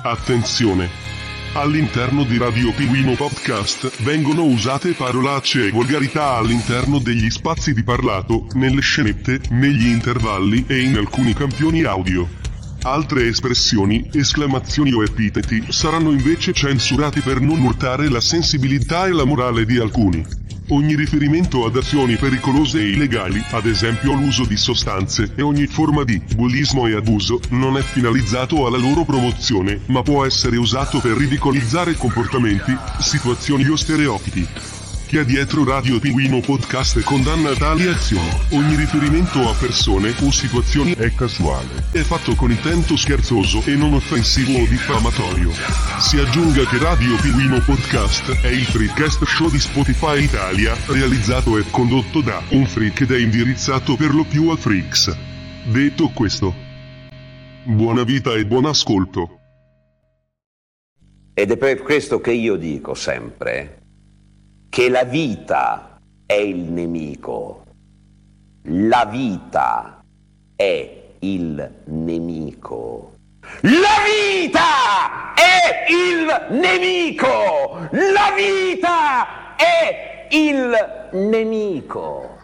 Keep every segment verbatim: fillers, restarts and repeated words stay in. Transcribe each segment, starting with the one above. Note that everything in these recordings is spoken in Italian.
Attenzione! All'interno di Radio Pinguino Podcast vengono usate parolacce e volgarità all'interno degli spazi di parlato, nelle scenette, negli intervalli e in alcuni campioni audio. Altre espressioni, esclamazioni o epiteti saranno invece censurati per non urtare la sensibilità e la morale di alcuni. Ogni riferimento ad azioni pericolose e illegali, ad esempio l'uso di sostanze, e ogni forma di bullismo e abuso, non è finalizzato alla loro promozione, ma può essere usato per ridicolizzare comportamenti, situazioni o stereotipi. Chi è dietro Radio Pinguino Podcast condanna tali azioni. Ogni riferimento a persone o situazioni è casuale, è fatto con intento scherzoso e non offensivo o diffamatorio. Si aggiunga che Radio Pinguino Podcast è il freakcast show di Spotify Italia, realizzato e condotto da un freak ed è indirizzato per lo più a freaks. Detto questo, buona vita e buon ascolto. Ed è per questo che io dico sempre che la vita è il nemico. La vita è il nemico. La vita è il nemico! La vita è il nemico!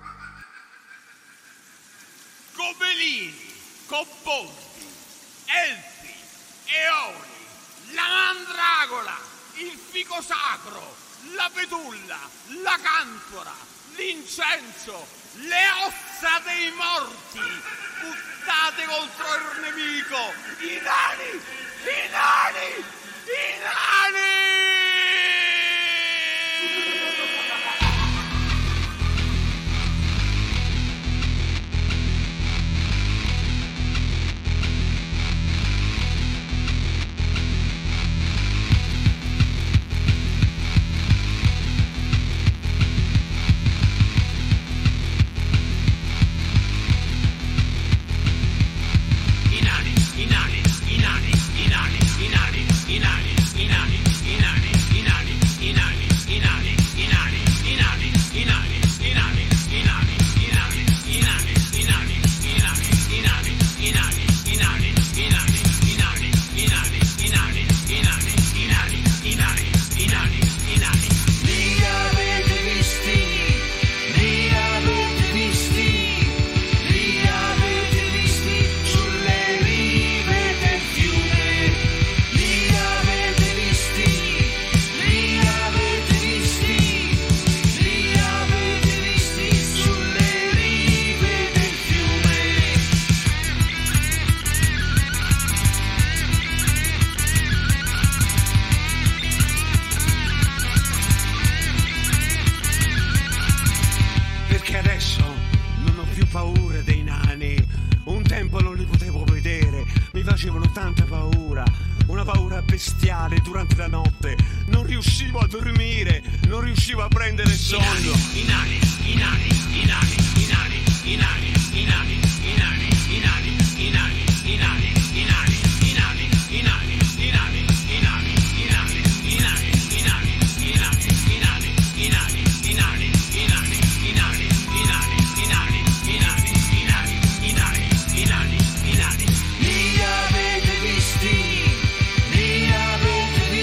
Gobelini, coboldi, elfi, eoni, la mandragola, il fico sacro, la betulla, la canfora, l'incenso, le ossa dei morti, buttate contro il nemico, i nani, i nani, i nani!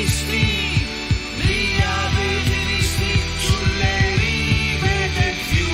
Sulle rive del fiume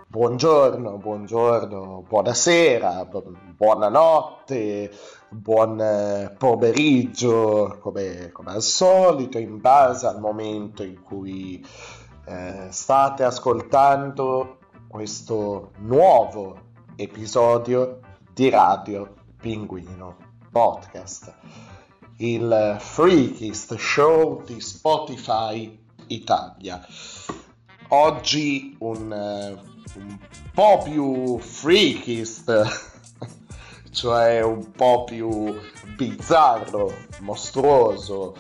Buongiorno, buongiorno, buonasera, bu- buonanotte, buon eh, pomeriggio, come, come al solito, in base al momento in cui eh, state ascoltando questo nuovo episodio di Radio Pinguino Podcast, il freakiest show di Spotify Italia. Oggi un, uh, un po' più freakist, cioè un po' più bizzarro, mostruoso,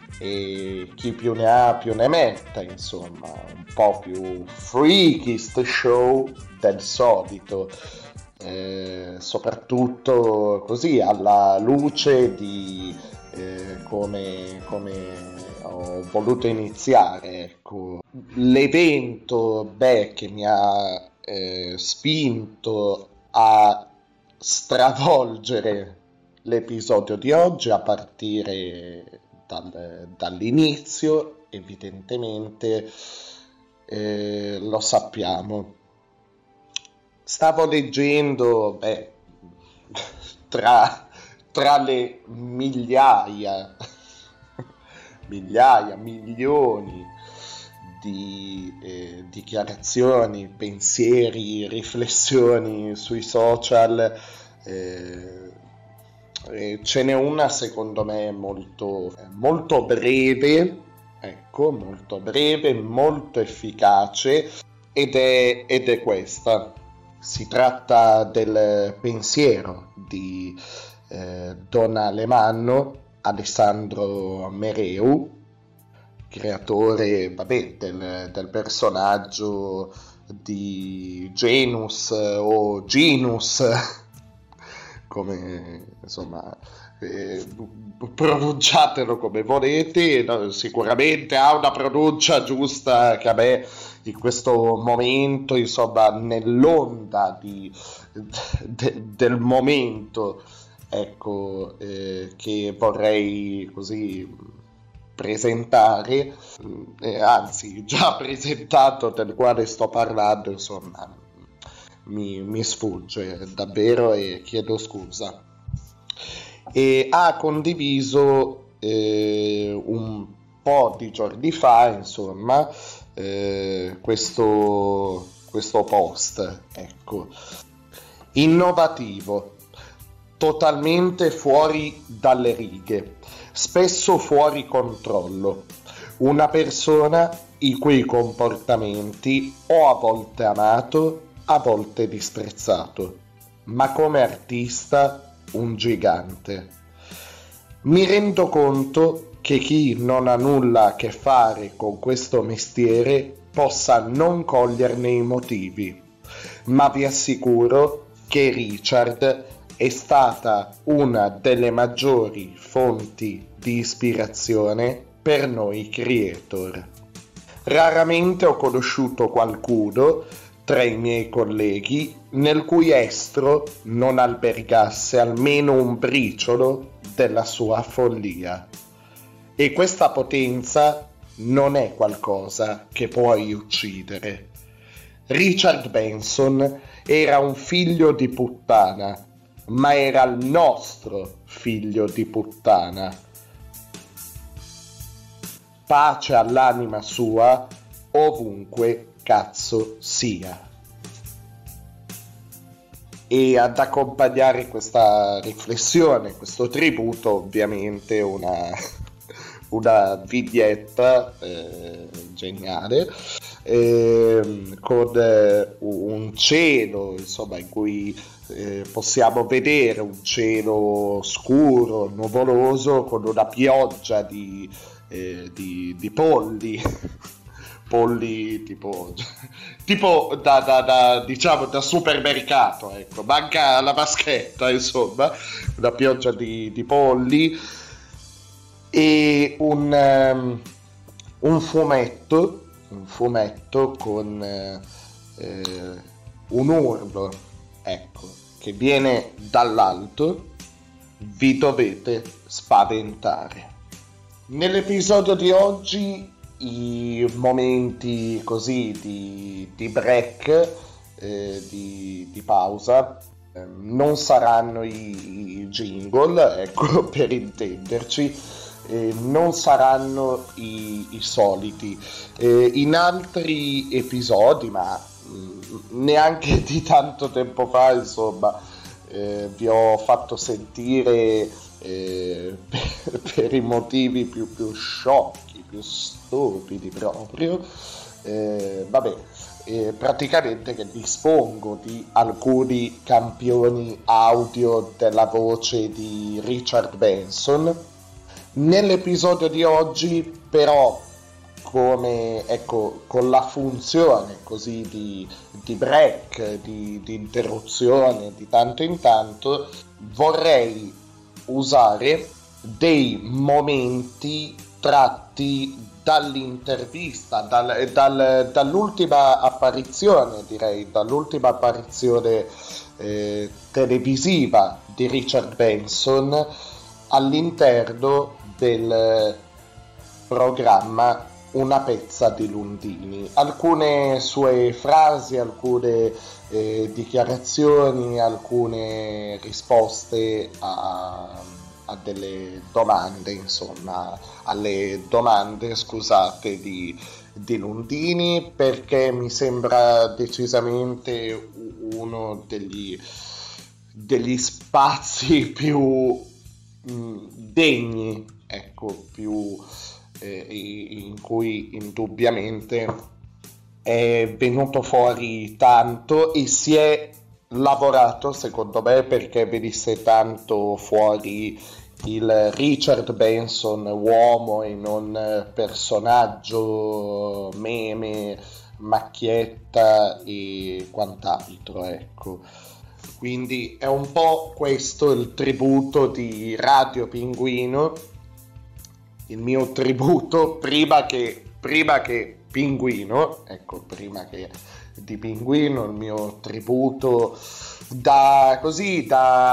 e chi più ne ha più ne metta, insomma, un po' più freakist show del solito, eh, soprattutto così alla luce di eh, come, come ho voluto iniziare, ecco. L'evento beh, che mi ha eh, spinto a stravolgere l'episodio di oggi a partire dal, dall'inizio, evidentemente eh, lo sappiamo. Stavo leggendo, beh, tra, tra le migliaia migliaia, milioni di eh, dichiarazioni, pensieri, riflessioni sui social, eh, eh, ce n'è una secondo me molto, molto breve, ecco, molto breve, molto efficace, ed è, ed è questa. Si tratta del pensiero di eh, Don Alemanno, Alessandro Mereu, creatore vabbè, del, del personaggio di Genus o Genus, come insomma eh, pronunciatelo come volete, no, sicuramente ha una pronuncia giusta che a me in questo momento, insomma, nell'onda di, de, del momento, ecco, eh, che vorrei così presentare, eh, anzi già presentato, del quale sto parlando, insomma, mi, mi sfugge davvero e chiedo scusa. E ha condiviso eh, un po' di giorni fa, insomma, eh, questo, questo post, ecco, innovativo, totalmente fuori dalle righe, spesso fuori controllo. Una persona i cui comportamenti ho a volte amato, a volte disprezzato, ma come artista un gigante. Mi rendo conto che chi non ha nulla a che fare con questo mestiere possa non coglierne i motivi, ma vi assicuro che Richard è stata una delle maggiori fonti di ispirazione per noi creator. Raramente ho conosciuto qualcuno tra i miei colleghi nel cui estro non albergasse almeno un briciolo della sua follia. E questa potenza non è qualcosa che puoi uccidere. Richard Benson era un figlio di puttana, ma era il nostro figlio di puttana. Pace all'anima sua, ovunque cazzo sia. E ad accompagnare questa riflessione, questo tributo, ovviamente una, una vignetta eh, geniale, eh, con eh, un cielo, insomma, in cui Eh, possiamo vedere un cielo scuro, nuvoloso, con una pioggia di, eh, di, di polli, polli tipo, tipo da, da, da, diciamo, da supermercato, ecco, manca la vaschetta, insomma, una pioggia di, di polli e un, um, un fumetto, un fumetto con eh, eh, un urlo, ecco, che viene dall'alto. Vi dovete spaventare. Nell'episodio di oggi i momenti così di, di break eh, di, di pausa. Eh, non saranno i, i jingle, ecco, per intenderci, eh, non saranno i, i soliti. Eh, in altri episodi, ma mh, neanche di tanto tempo fa, insomma, eh, vi ho fatto sentire eh, per, per i motivi più, più sciocchi, più stupidi proprio, eh, vabbè, eh, praticamente che dispongo di alcuni campioni audio della voce di Richard Benson. Nell'episodio di oggi però, come ecco, con la funzione così di, di break, di, di interruzione di tanto in tanto, vorrei usare dei momenti tratti dall'intervista, dal, dal, dall'ultima apparizione, direi, dall'ultima apparizione eh, televisiva di Richard Benson all'interno del programma Una pezza di Lundini. Alcune sue frasi, alcune eh, dichiarazioni, alcune risposte a, a delle domande, insomma, alle domande, scusate, di, di Lundini, perché mi sembra decisamente uno degli, degli spazi più mh, degni, ecco, più eh, in cui indubbiamente è venuto fuori tanto e si è lavorato, secondo me, perché venisse tanto fuori il Richard Benson uomo e non personaggio, meme, macchietta e quant'altro, ecco. Quindi è un po' questo il tributo di Radio Pinguino, il mio tributo prima che, prima che Pinguino, ecco, prima che di Pinguino, il mio tributo da così,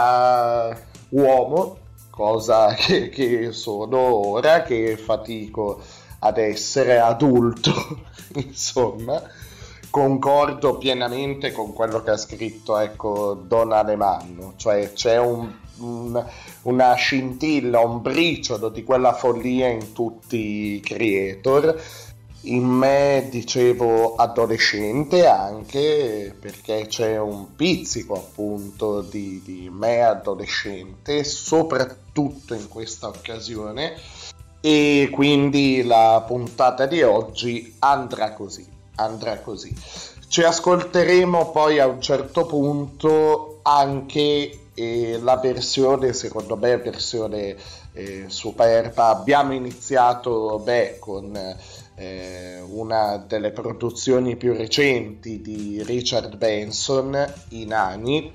da uomo, cosa che, che sono ora, che fatico ad essere adulto, insomma. Concordo pienamente con quello che ha scritto, ecco, Don Alemanno, cioè c'è un, un, una scintilla, un briciolo di quella follia in tutti i creator. In me, dicevo, adolescente anche, perché c'è un pizzico appunto di, di me adolescente, soprattutto in questa occasione, e quindi la puntata di oggi andrà così, andrà così. Ci ascolteremo poi a un certo punto anche eh, la versione, secondo me, versione eh, superba. Abbiamo iniziato, beh, con Eh, una delle produzioni più recenti di Richard Benson, I Nani.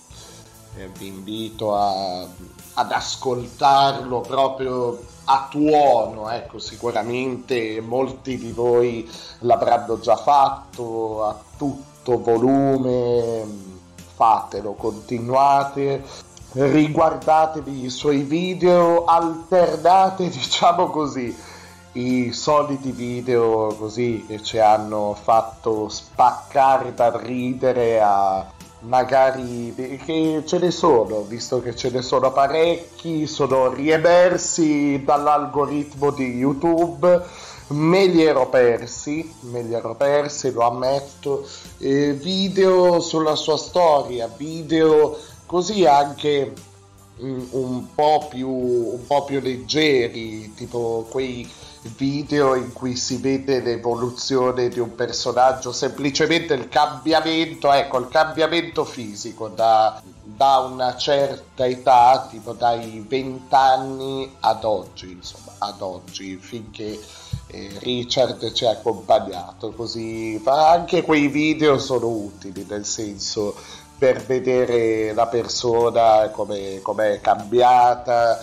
Eh, vi invito a, ad ascoltarlo proprio a tuono, ecco, sicuramente molti di voi l'avranno già fatto a tutto volume, fatelo, continuate, riguardatevi i suoi video, alternate, diciamo così, i soliti video così che ci hanno fatto spaccare da ridere a magari, che ce ne sono, visto che ce ne sono parecchi, sono riemersi dall'algoritmo di YouTube, me li ero persi, me li ero persi, lo ammetto, eh, video sulla sua storia, video così anche mm, un po' più, un po' più leggeri, tipo quei video in cui si vede l'evoluzione di un personaggio, semplicemente il cambiamento, ecco, il cambiamento fisico da, da una certa età, tipo dai vent'anni ad oggi, insomma, ad oggi, finché eh, Richard ci ha accompagnato, così anche quei video sono utili, nel senso, per vedere la persona come è cambiata,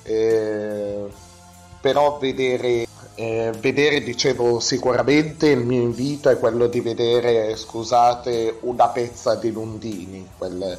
eh, però vedere Eh, vedere, dicevo, sicuramente il mio invito è quello di vedere, scusate, Una pezza di Lundini, quel,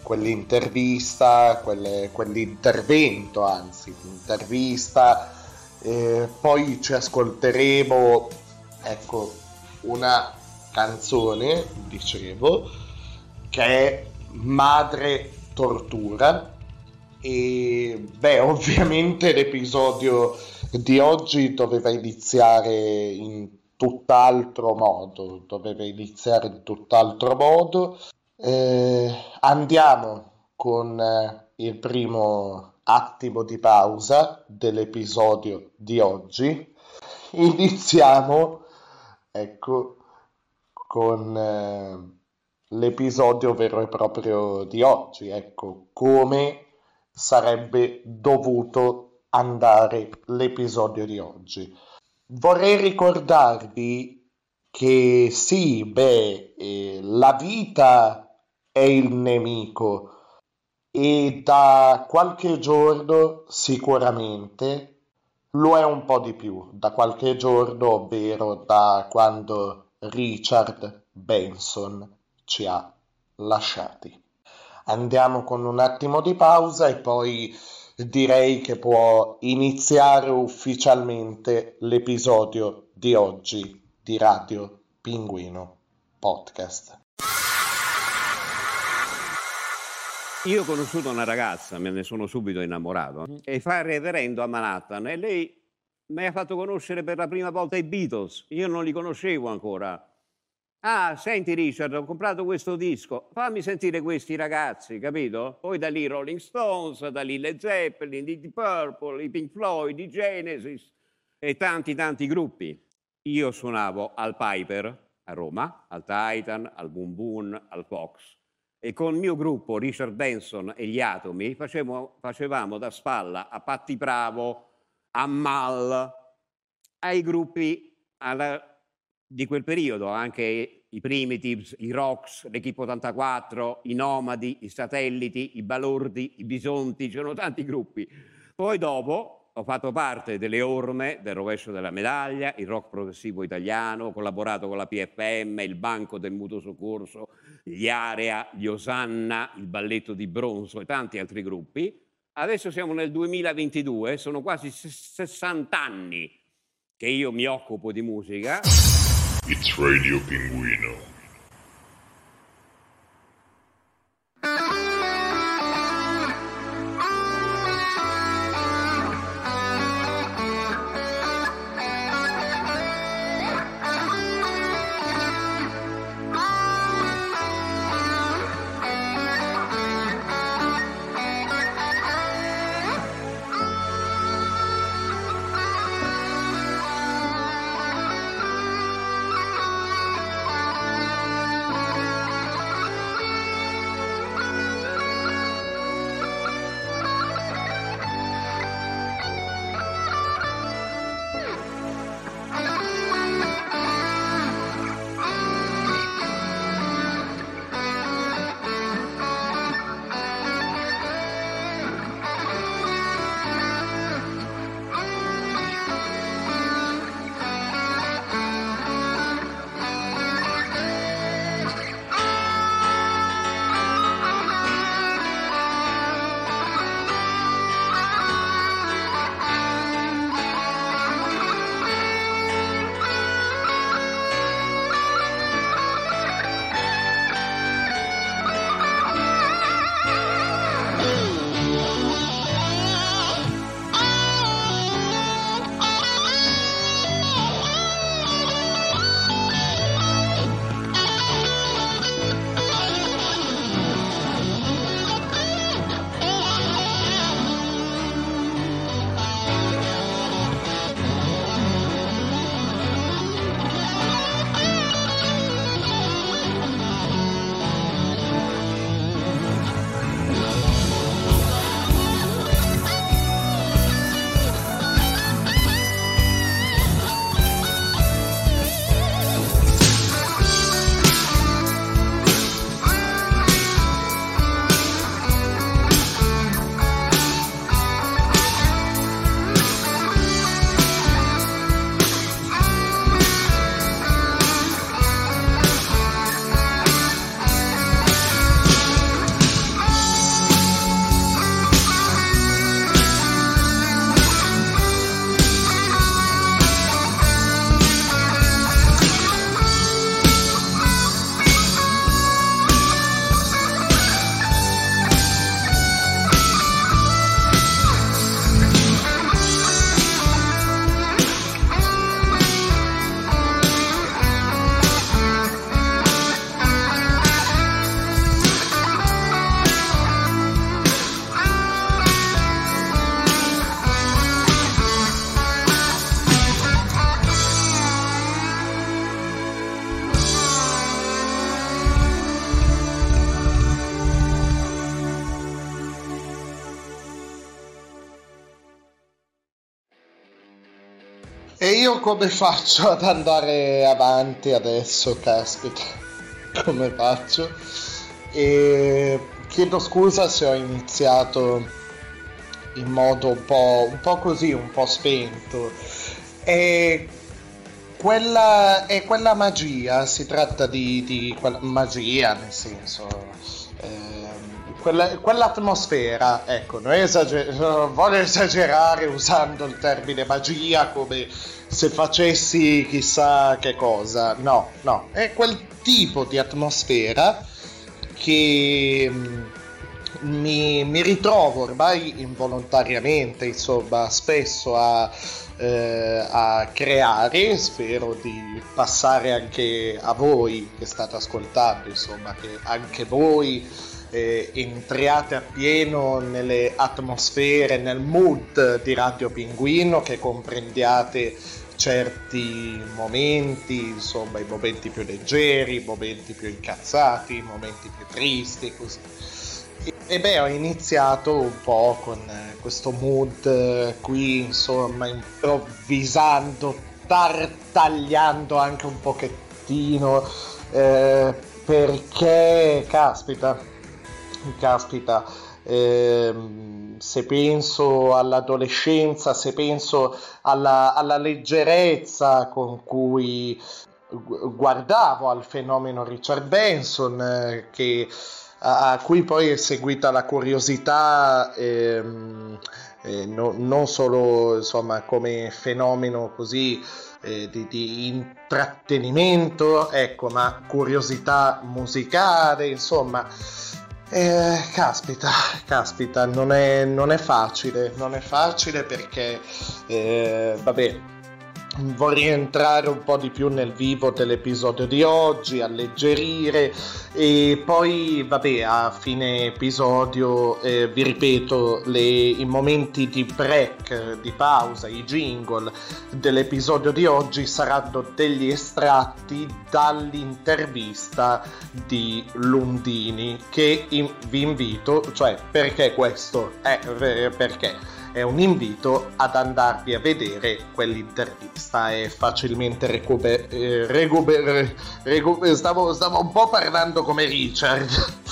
quell'intervista, quelle, quell'intervento, anzi, l'intervista, eh, poi ci ascolteremo, ecco, una canzone, dicevo, che è Madre Tortura. E beh, ovviamente l'episodio di oggi doveva iniziare in tutt'altro modo, doveva iniziare in tutt'altro modo. Eh, andiamo con eh, il primo attimo di pausa dell'episodio di oggi. Iniziamo, ecco, con eh, l'episodio vero e proprio di oggi, ecco, come sarebbe dovuto andare l'episodio di oggi. Vorrei ricordarvi che sì, beh, eh, la vita è il nemico e da qualche giorno sicuramente lo è un po' di più, da qualche giorno, ovvero da quando Richard Benson ci ha lasciati. Andiamo con un attimo di pausa e poi direi che può iniziare ufficialmente l'episodio di oggi di Radio Pinguino Podcast. Io ho conosciuto una ragazza, me ne sono subito innamorato, e fa il reverendo a Manhattan e lei mi ha fatto conoscere per la prima volta i Beatles. Io non li conoscevo ancora. Ah, senti Richard, ho comprato questo disco, fammi sentire questi ragazzi, capito? Poi da lì Rolling Stones, da lì Led Zeppelin, i Deep Purple, i Pink Floyd, i Genesis e tanti tanti gruppi. Io suonavo al Piper a Roma, al Titan, al Boom Boom, al Fox e con il mio gruppo Richard Benson e gli Atomi facevamo, facevamo da spalla a Patti Bravo, a Mal, ai gruppi alla di quel periodo, anche i Primitives, i Rocks, l'Equipe ottantaquattro, i Nomadi, i Satelliti, i Balordi, i Bisonti, c'erano tanti gruppi. Poi dopo ho fatto parte delle Orme, del Rovescio della Medaglia, il rock progressivo italiano, ho collaborato con la P F M, il Banco del Mutuo Soccorso, gli Area, gli Osanna, il Balletto di Bronzo e tanti altri gruppi. Adesso siamo nel duemilaventidue, sono quasi sessanta anni che io mi occupo di musica. It's Radio Pinguino. io come faccio ad andare avanti adesso, caspita, come faccio? E chiedo scusa se ho iniziato in modo un po', un po' così, un po' spento. E quella è quella magia, si tratta di, di quella magia, nel senso, ehm, quella, quell'atmosfera, ecco, non esager- non voglio esagerare usando il termine magia come se facessi chissà che cosa, no, no, è quel tipo di atmosfera che mi, mi ritrovo ormai involontariamente, insomma, spesso a, eh, a creare. Spero di passare anche a voi che state ascoltando, insomma, che anche voi eh, entriate appieno nelle atmosfere, nel mood di Radio Pinguino, che comprendiate certi momenti, insomma, i momenti più leggeri, i momenti più incazzati, i momenti più tristi, così. E, e beh, ho iniziato un po' con eh, questo mood eh, qui, insomma, improvvisando, tartagliando anche un pochettino, eh, perché, caspita, caspita, ehm, se penso all'adolescenza, se penso alla, alla leggerezza con cui guardavo al fenomeno Richard Benson, eh, che, a, a cui poi è seguita la curiosità, ehm, eh, no, non solo insomma come fenomeno così eh, di, di intrattenimento, ecco, ma curiosità musicale, insomma. Eh, caspita, caspita, non è, non è facile, non è facile perché, eh, vabbè, vorrei entrare un po' di più nel vivo dell'episodio di oggi, alleggerire, e poi, vabbè, a fine episodio, eh, vi ripeto, le, i momenti di break, di pausa, i jingle dell'episodio di oggi saranno degli estratti dall'intervista di Lundini, che in, vi invito, cioè, perché questo? Eh, perché? È un invito ad andarvi a vedere quell'intervista, è facilmente recuper- eh, recuper- recuper- stavo, stavo un po' parlando come Richard.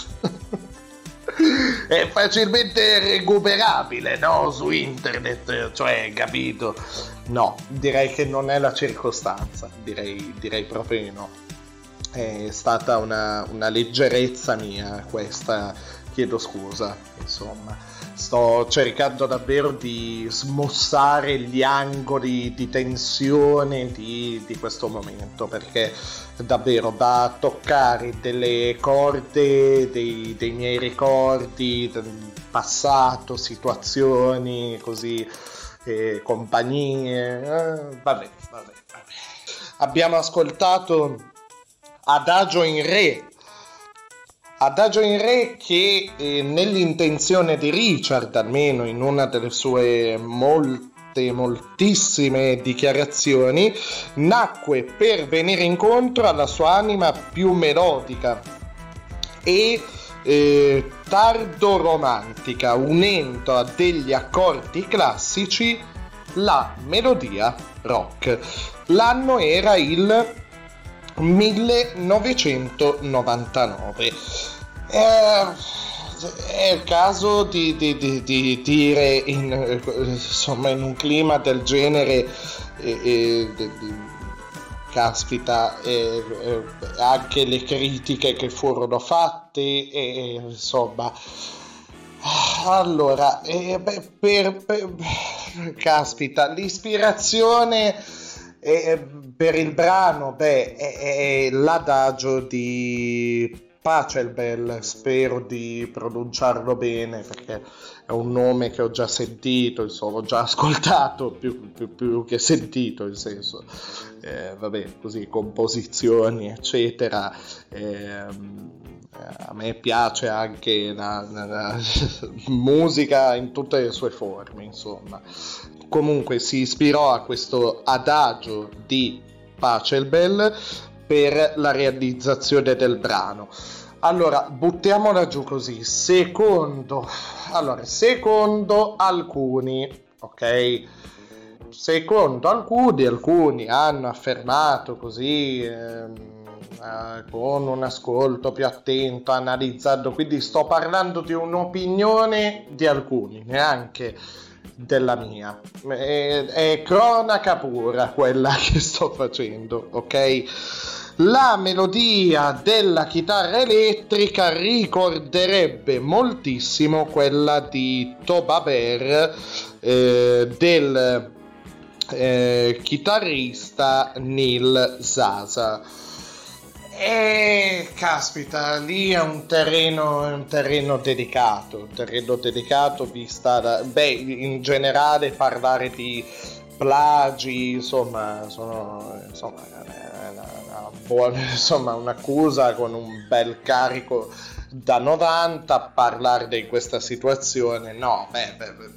È facilmente recuperabile, no? Su internet, cioè, capito? No, direi che non è la circostanza, direi, direi proprio di no. È stata una, una leggerezza mia questa, chiedo scusa, insomma. Sto cercando davvero di smussare gli angoli di tensione di, di questo momento, perché davvero va a toccare delle corde dei, dei miei ricordi del passato, situazioni così, eh, compagnie, eh, vabbè, vabbè, vabbè. Abbiamo ascoltato Adagio in Re, Adagio in Re che eh, nell'intenzione di Richard, almeno in una delle sue molte, moltissime dichiarazioni, nacque per venire incontro alla sua anima più melodica e eh, tardo romantica, unendo a degli accordi classici la melodia rock. L'anno era il millenovecentonovantanove. Eh, è il caso di, di, di, di dire in, insomma, in un clima del genere, eh, eh, de, de, caspita, eh, eh, anche le critiche che furono fatte, eh, insomma, allora, eh, beh, per, per caspita, l'ispirazione E per il brano, beh, è, è l'adagio di Pachelbel, spero di pronunciarlo bene perché è un nome che ho già sentito, insomma, ho già ascoltato, più, più, più che sentito, nel senso, eh, vabbè, così, composizioni, eccetera. Eh, a me piace anche la, la, la musica in tutte le sue forme, insomma. Comunque si ispirò a questo adagio di Pachelbel per la realizzazione del brano. Allora, buttiamola giù così. Secondo, allora, secondo alcuni, ok, secondo alcuni, alcuni hanno affermato così, ehm, eh, con un ascolto più attento, analizzando, quindi sto parlando di un'opinione di alcuni, neanche della mia, è, è cronaca pura quella che sto facendo, ok? La melodia della chitarra elettrica ricorderebbe moltissimo quella di Toba Bear, eh, del eh, chitarrista Neil Sasa. E caspita, lì è un terreno, è un terreno dedicato, un terreno dedicato vista da, beh, in generale parlare di plagi, insomma, sono, insomma, una, una buona, insomma, un'accusa con un bel carico da novanta, parlarne in questa situazione, no, beh, beh, beh.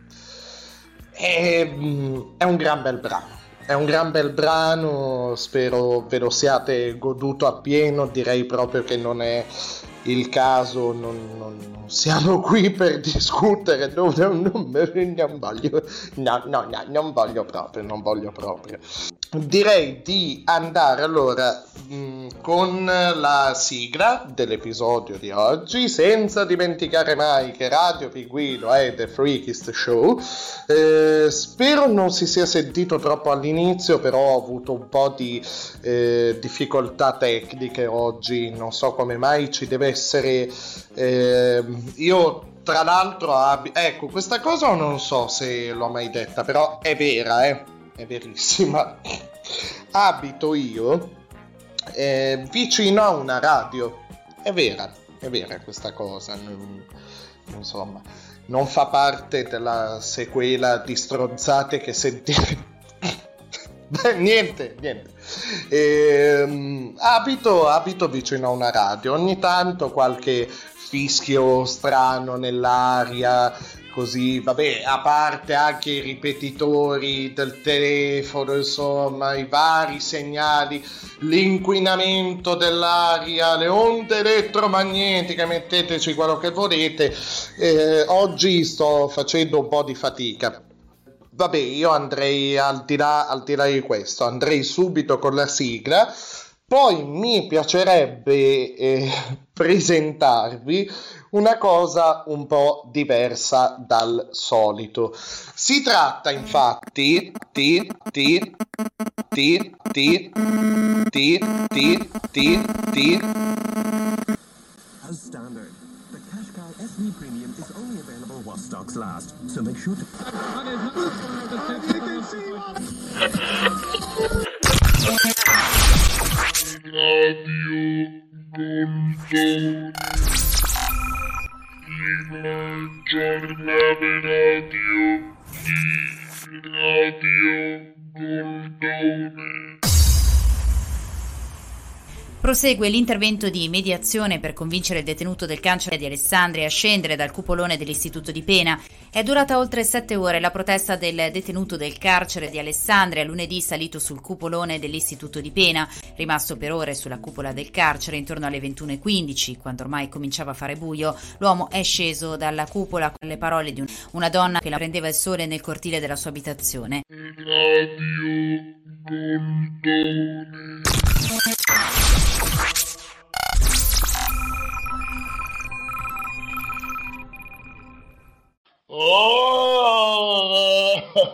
È, è un gran bel brano. È un gran bel brano, spero ve lo siate goduto appieno, direi proprio che non è il caso, non, non, non siamo qui per discutere, non, non, non, non voglio, no, no, no, non voglio proprio, non voglio proprio. Direi di andare allora mh, con la sigla dell'episodio di oggi, senza dimenticare mai che Radio Piguino è The Freakist Show. Eh, spero non si sia sentito troppo all'inizio, però ho avuto un po' di eh, difficoltà tecniche oggi, non so come mai, ci deve essere eh, io tra l'altro ab- ecco, questa cosa non so se l'ho mai detta, però è vera, eh è verissima. Abito io eh, vicino a una radio, è vera, è vera questa cosa, non, insomma, non fa parte della sequela di stronzate che sentite. Beh, niente, niente. Eh, abito, abito vicino a una radio, ogni tanto qualche fischio strano nell'aria, così, vabbè, a parte anche i ripetitori del telefono, insomma, i vari segnali, l'inquinamento dell'aria, le onde elettromagnetiche, metteteci quello che volete. Eh, oggi sto facendo un po' di fatica. Vabbè, io andrei al di là, al di là di questo, andrei subito con la sigla. Poi mi piacerebbe eh, presentarvi una cosa un po' diversa dal solito. Si tratta infatti di di di di di di di di As standard, the Qashqai S V Premium is only available while stocks last, so make sure to... Prosegue l'intervento di mediazione per convincere il detenuto del carcere di Alessandria a scendere dal cupolone dell'istituto di pena. È durata oltre sette ore la protesta del detenuto del carcere di Alessandria, lunedì salito sul cupolone dell'istituto di pena, rimasto per ore sulla cupola del carcere intorno alle ventuno e quindici, quando ormai cominciava a fare buio. L'uomo è sceso dalla cupola con le parole di un, una donna che la prendeva il sole nel cortile della sua abitazione. Oh!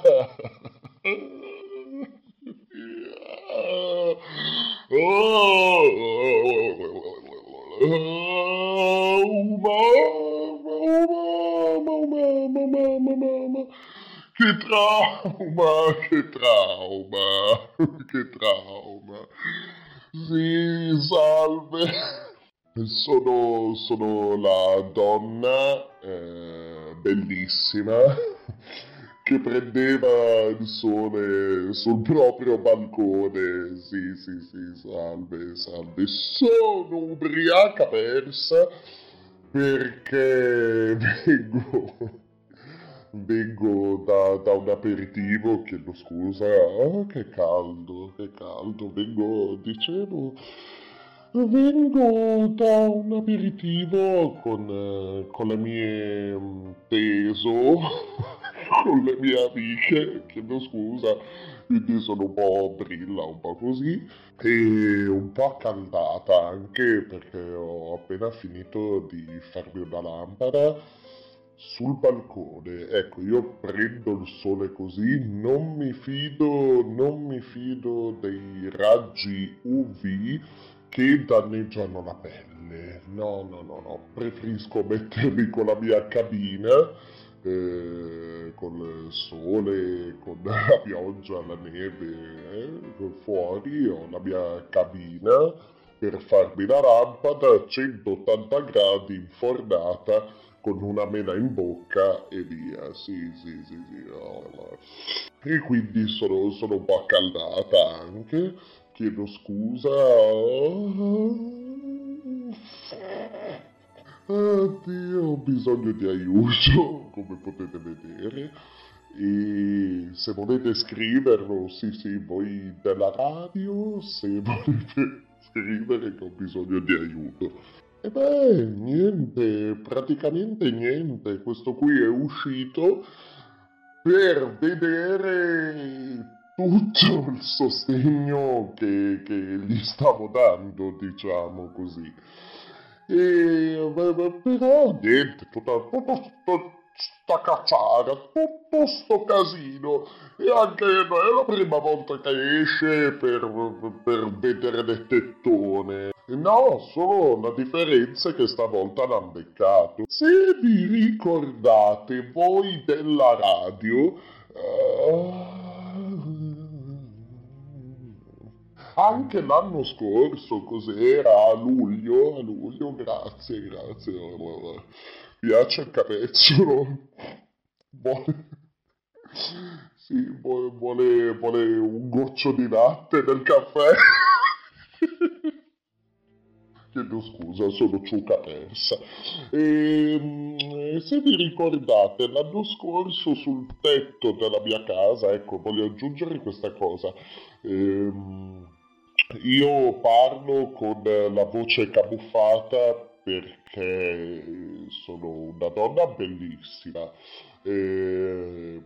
Che trauma, che trauma, che trauma. Sì, salve. Sono, sono la donna eh, bellissima che prendeva il sole sul proprio balcone. Sì, sì, sì, salve, salve. Sono ubriaca persa perché vengo... Vengo da, da un aperitivo, chiedo scusa. Oh, che caldo, che caldo. Vengo, dicevo... Vengo da un aperitivo con, eh, con le mie teso con le mie amiche, chiedo scusa, quindi sono un po' brilla, un po' così, e un po' accaldata anche perché ho appena finito di farmi una lampada sul balcone. Ecco, io prendo il sole così, non mi fido, non mi fido dei raggi U V che danneggiano la pelle. No, no, no, no, preferisco mettermi con la mia cabina, eh, con il sole, con la pioggia, la neve, eh, fuori ho la mia cabina per farmi la lampada a centottanta gradi infornata con una mela in bocca e via. Sì, sì, sì, sì. Oh, no. E quindi sono, sono un po' accaldata anche. Chiedo scusa. Oddio, ho bisogno di aiuto, come potete vedere. E se volete scriverlo, sì, sì, voi della radio, se volete scrivere che ho bisogno di aiuto. E beh, niente, praticamente niente. Questo qui è uscito per vedere tutto il sostegno che, che gli stavo dando, diciamo così. E beh, beh, però niente, tutta, tutta, tutta sta cacciara, tutto sto casino. E anche non è la prima volta che esce per, per vedere le tettone. No, solo la differenza è che stavolta l'hanno beccato. Se vi ricordate voi della radio, uh, anche l'anno scorso, cos'era? A luglio, a luglio, grazie, grazie. Mi piace il capezzolo. Vuole... Sì, vuole, vuole, vuole un goccio di latte nel caffè. Chiedo scusa, sono ciuca persa. E, se vi ricordate, l'anno scorso sul tetto della mia casa, ecco, voglio aggiungere questa cosa. Ehm, io parlo con la voce camuffata perché sono una donna bellissima. Ehm,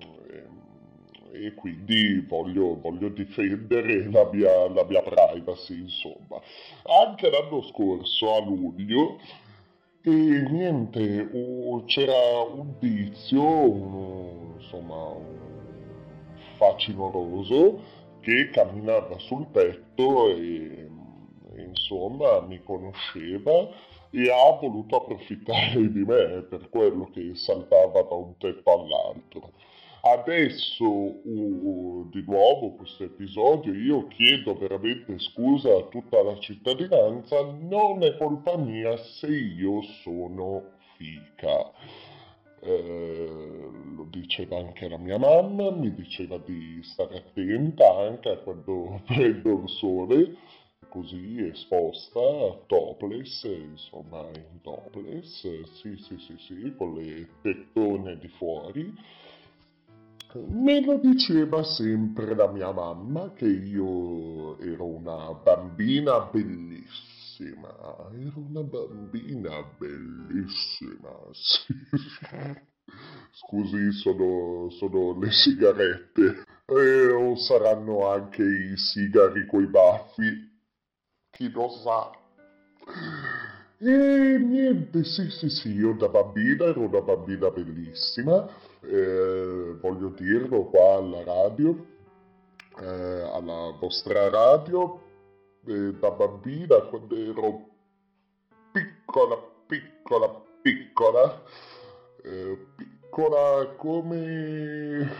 e quindi voglio, voglio difendere la mia, la mia privacy, insomma. Anche l'anno scorso, a luglio, e niente, uh, c'era un tizio, un, insomma, un facinoroso, che camminava sul tetto e, e, insomma, mi conosceva e ha voluto approfittare di me per quello che saltava da un tetto all'altro. Adesso, uh, di nuovo, questo episodio, io chiedo veramente scusa a tutta la cittadinanza, non è colpa mia se io sono fica. Eh, lo diceva anche la mia mamma, mi diceva di stare attenta anche a quando prendo il sole, così esposta, topless, insomma in topless, sì sì sì sì, con le tettone di fuori. Me lo diceva sempre la mia mamma che io ero una bambina bellissima, ero una bambina bellissima, sì. Scusi, sono, sono le sigarette, e o saranno anche i sigari coi baffi, chi lo sa. E niente, sì, sì, sì, io da bambina ero una bambina bellissima, eh, voglio dirlo qua alla radio, eh, alla vostra radio, eh, da bambina quando ero piccola, piccola, piccola, eh, piccola come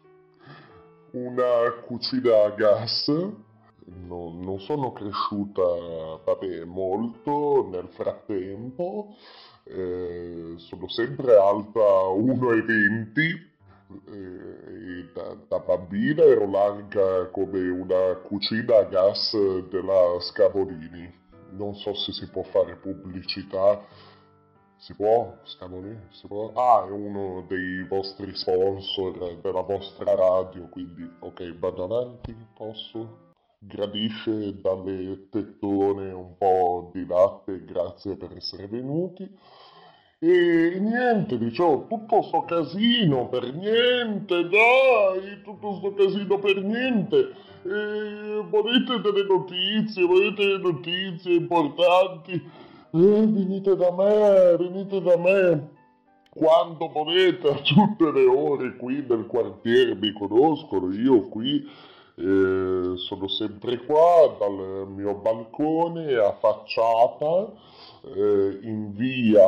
una cucina a gas. Non, non sono cresciuta, vabbè, molto nel frattempo, eh, sono sempre alta uno e venti, eh, e da, da bambina ero larga come una cucina a gas della Scavolini. Non so se si può fare pubblicità. Si può? Scavolini? Si può? Ah, è uno dei vostri sponsor della vostra radio, quindi ok, vado avanti, posso? Gradisce dalle tettone un po' di latte, grazie per essere venuti. E niente, dicevo, tutto sto casino per niente, dai, tutto sto casino per niente. E volete delle notizie, volete delle notizie importanti? Eh, venite da me, venite da me. Quando volete, a tutte le ore qui nel quartiere mi conoscono, io qui eh, sono sempre qua dal mio balcone a facciata eh, in via,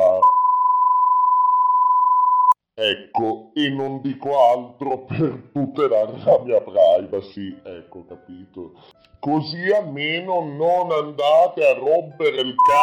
ecco, e non dico altro per tutelare la mia privacy, ecco, capito? Così almeno non andate a rompere il c***o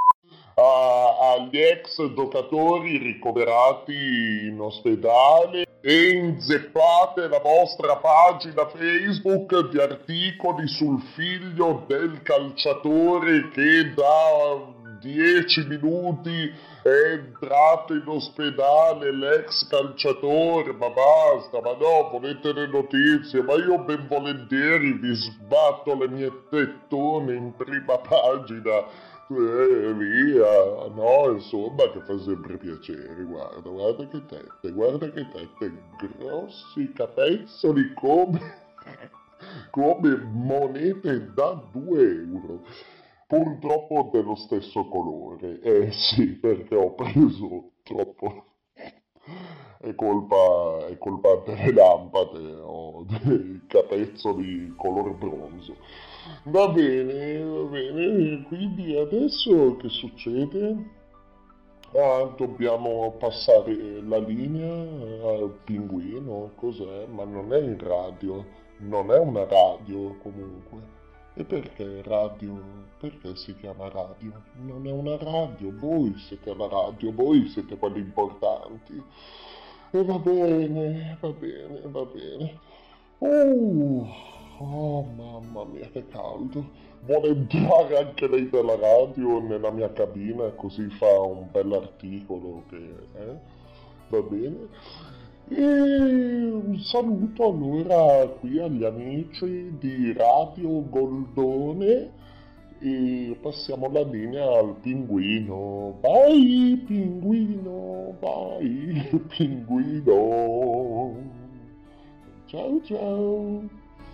agli ex giocatori ricoverati in ospedale e inzeppate la vostra pagina Facebook di articoli sul figlio del calciatore che da dieci minuti è entrato in ospedale, l'ex calciatore. Ma basta, ma no, volete le notizie, ma io ben volentieri vi sbatto le mie tettone in prima pagina. Eh, via, no, insomma, che fa sempre piacere, guarda, guarda che tette, guarda che tette, grossi capezzoli come, come monete da due euro, purtroppo dello stesso colore, eh sì, perché ho preso troppo, è colpa, è colpa delle lampade, ho dei capezzoli color bronzo. Va bene, va bene, quindi adesso che succede? Ah, dobbiamo passare la linea al pinguino, cos'è? Ma non è in radio, non è una radio comunque. E perché radio? Perché si chiama radio? Non è una radio, voi siete la radio, voi siete quelli importanti. E va bene, va bene, va bene. Uh... Oh, mamma mia, che caldo. Vuole entrare anche lei della radio nella mia cabina, così fa un bell'articolo che, eh? Va bene. E un saluto allora qui agli amici di Radio Goldone e passiamo la linea al pinguino. Vai, pinguino, vai, pinguino. Ciao, ciao.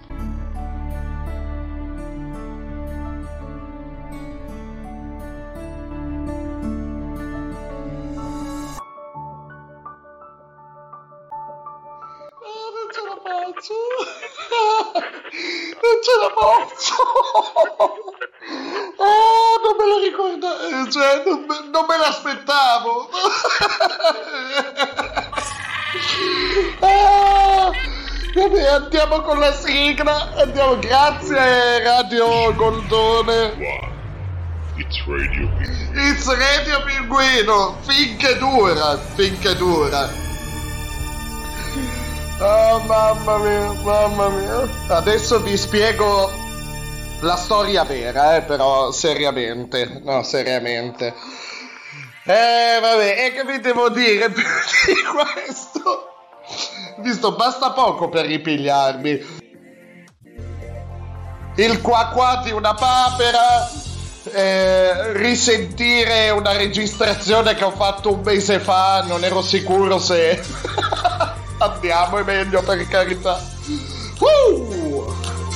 Non ce la faccio, oh, non me lo ricordo, cioè non me, non me l'aspettavo. Ah, vabbè, andiamo con la sigla, andiamo, grazie Radio Goldone. It's Radio Pinguino. It's Radio Pinguino, finché dura, finché dura. Oh, mamma mia, mamma mia. Adesso vi spiego la storia vera, eh, però seriamente, no, seriamente. Eh, vabbè, e che vi devo dire più di questo? Visto, basta poco per ripigliarmi. Il qua qua di una papera, eh, risentire una registrazione che ho fatto un mese fa, non ero sicuro se... Andiamo, è meglio, per carità. Woo!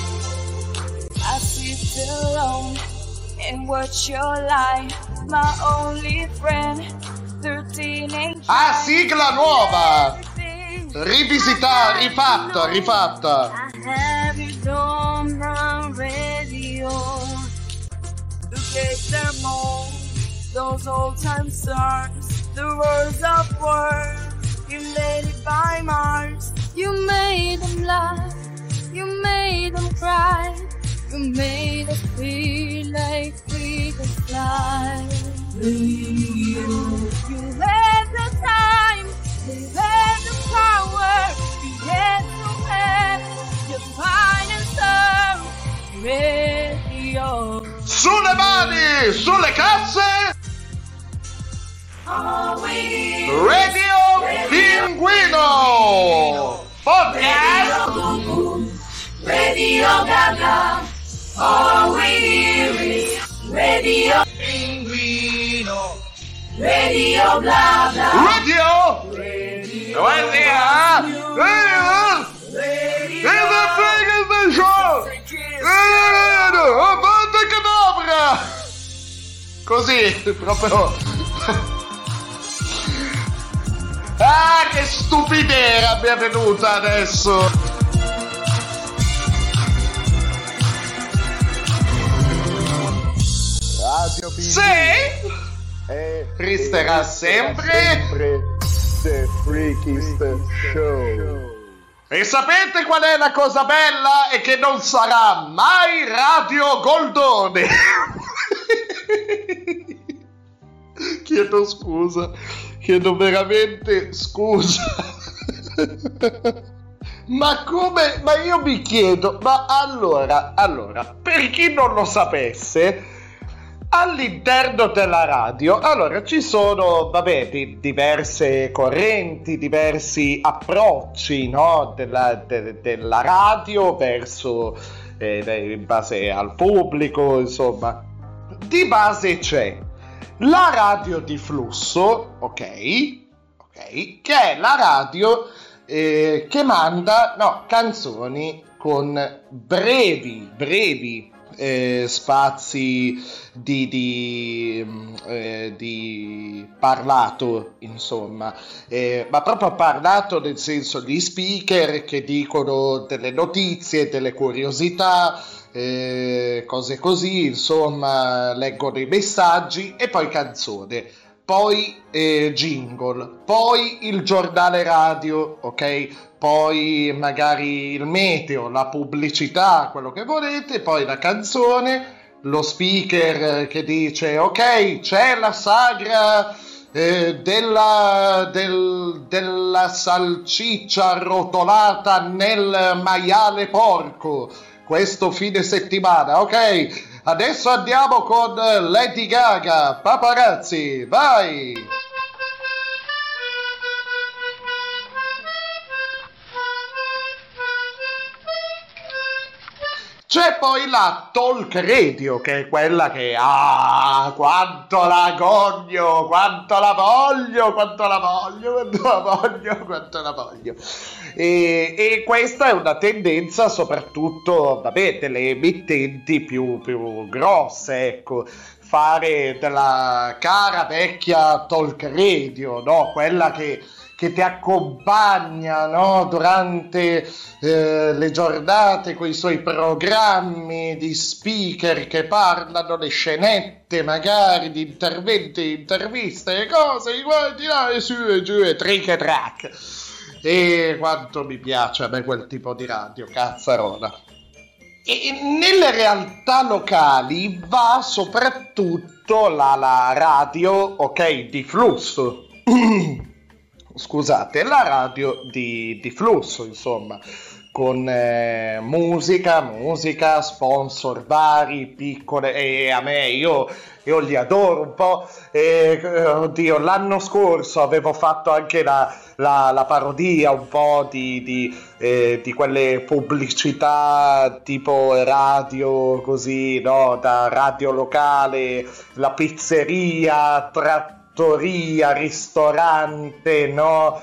I sit alone and watch your life, my only friend, thirteen age. Ah, sigla nuova! Rivisitata, rifatta, rifatta. I have it on the radio to take them home, those old time stars, the words of words. You made it by Mars. You made them laugh. You made them cry. You made us feel like we could fly. Radio. You had the time. You had the power. You had to have your finest song. Radio. Sulle mani, sulle cazze. Radio Pinguino Podcast. Radio Gaga. All we hear is Radio Pinguino. Radio Radio bla bla. Radio! Radio. Radio! Radio! Così, proprio. Ah, che stupidera mi è venuta adesso. Radio P. Sì! E resterà sempre The Freakiest Show. E sapete qual è la cosa bella? È che non sarà mai Radio Goldone. Chiedo scusa, chiedo veramente scusa. Ma come? Ma io mi chiedo, ma allora, allora, per chi non lo sapesse, all'interno della radio, allora ci sono, vabbè, di, diverse correnti, diversi approcci, no? Della, de, della radio verso, eh, in base al pubblico, insomma. Di base c'è la radio di flusso, ok, ok, che è la radio eh, che manda, no, canzoni con brevi, brevi eh, spazi di, di, eh, di parlato, insomma, eh, ma proprio parlato nel senso di speaker che dicono delle notizie, delle curiosità, eh, cose così, insomma, leggono i messaggi e poi canzone, poi eh, jingle, poi il giornale radio, ok? Poi magari il meteo, la pubblicità, quello che volete, poi la canzone, lo speaker che dice ok, c'è la sagra eh, della, del, della salsiccia arrotolata nel maiale porco questo fine settimana, ok? Adesso andiamo con Lady Gaga, paparazzi, vai! C'è poi la talk radio, che è quella che, ah, quanto la cogno, quanto la voglio, quanto la voglio, quanto la voglio, quanto la voglio. E, e questa è una tendenza soprattutto, vabbè, delle emittenti più, più grosse, ecco, fare della cara vecchia talk radio, no? Quella che... che ti accompagna, no? Durante eh, le giornate con i suoi programmi di speaker che parlano, le scenette magari di interventi, interviste, cose, di qua e di là, e su e giù, e trick e track. E quanto mi piace a me quel tipo di radio, cazzarola. E nelle realtà locali va soprattutto la, la radio, ok, di flusso. Scusate, la radio di, di flusso, insomma, con eh, musica, musica, sponsor vari, piccole, e a me, io, io li adoro un po', e, oddio, l'anno scorso avevo fatto anche la, la, la parodia un po' di, di, eh, di quelle pubblicità tipo radio, così, no, da radio locale, la pizzeria, tra ristorante, no?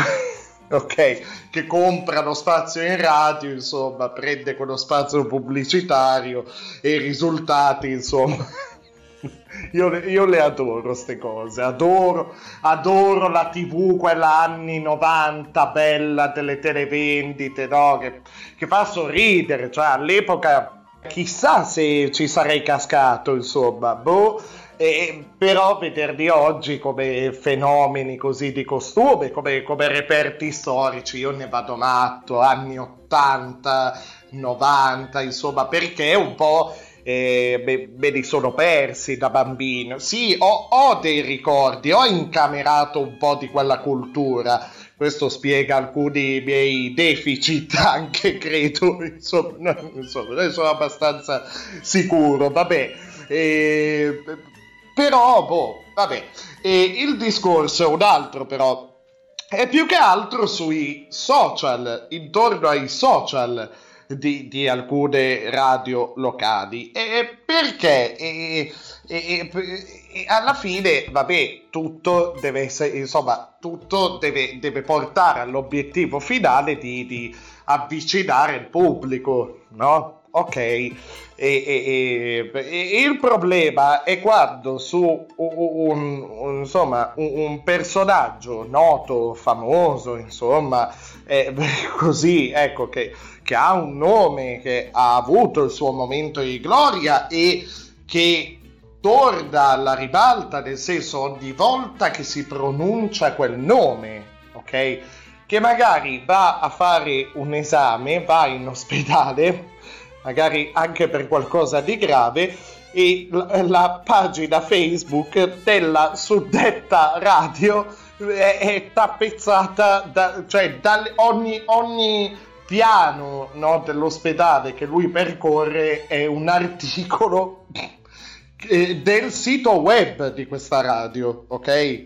Ok, che comprano spazio in radio, insomma, prende quello spazio pubblicitario e i risultati, insomma. Io, io le adoro ste cose, adoro, adoro la tivù, quella anni novanta bella delle televendite, no? Che, che fa sorridere, cioè all'epoca chissà se ci sarei cascato, insomma, boh. Eh, però vederli oggi come fenomeni così di costume, come, come reperti storici, io ne vado matto, anni ottanta, novanta, insomma, perché un po' eh, me, me li sono persi da bambino. Sì, ho, ho dei ricordi, ho incamerato un po' di quella cultura, questo spiega alcuni miei deficit anche, credo, insomma, no, insomma, ne sono abbastanza sicuro, vabbè. Eh, Però, boh, vabbè, e il discorso è un altro, però, è più che altro sui social, intorno ai social di, di alcune radio locali. E perché? E, e, e alla fine, vabbè, tutto deve essere, insomma, tutto deve, deve portare all'obiettivo finale di, di avvicinare il pubblico, no? Ok, e, e, e, e il problema è quando su un, un, insomma, un, un personaggio noto, famoso, insomma, eh, così, ecco, che, che ha un nome, che ha avuto il suo momento di gloria e che torna alla ribalta, nel senso, ogni volta che si pronuncia quel nome, ok? Che magari va a fare un esame, va in ospedale, magari anche per qualcosa di grave, e la, la pagina Facebook della suddetta radio è, è tappezzata da, cioè da ogni, ogni piano, no, dell'ospedale che lui percorre è un articolo eh, del sito web di questa radio, ok?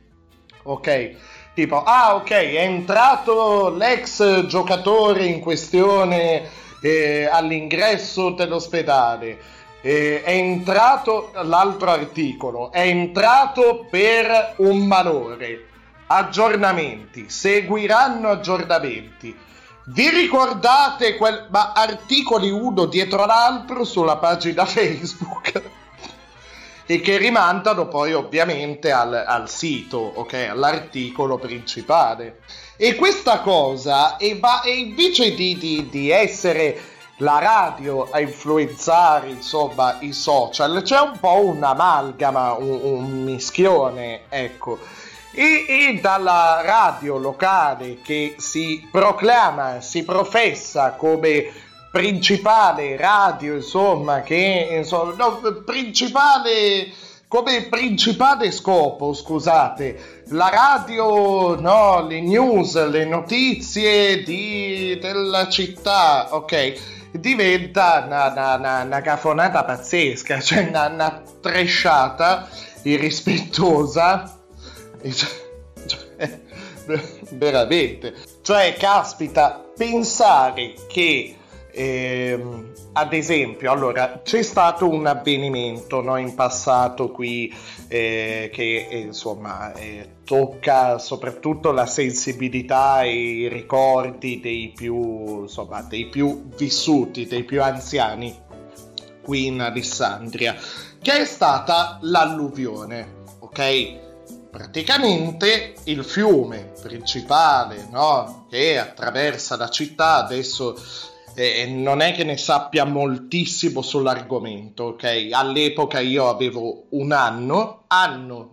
Ok, tipo, ah ok, è entrato l'ex giocatore in questione Eh, all'ingresso dell'ospedale, eh, è entrato, l'altro articolo, è entrato per un malore, aggiornamenti, seguiranno aggiornamenti, vi ricordate quel, ma articoli uno dietro l'altro sulla pagina Facebook e che rimandano poi ovviamente al, al sito, ok, all'articolo principale. E questa cosa, e, va, e invece di, di, di essere la radio a influenzare, insomma, i social, c'è un po' un'amalgama, un, un mischione, ecco. E, e dalla radio locale che si proclama, si professa come principale radio, insomma, che insomma, no, principale come principale scopo, scusate, la radio, no, le news, le notizie di, della città, ok, diventa una, una, una, una cafonata pazzesca, cioè una, una tresciata irrispettosa, cioè, veramente, cioè, caspita, pensare che Eh, ad esempio, allora c'è stato un avvenimento, no, in passato qui eh, che eh, insomma eh, tocca soprattutto la sensibilità e i ricordi dei più, insomma, dei più vissuti, dei più anziani qui in Alessandria, che è stata l'alluvione, ok? Praticamente il fiume principale, no, che attraversa la città adesso. Eh, non è che ne sappia moltissimo sull'argomento, ok? All'epoca io avevo un anno, anno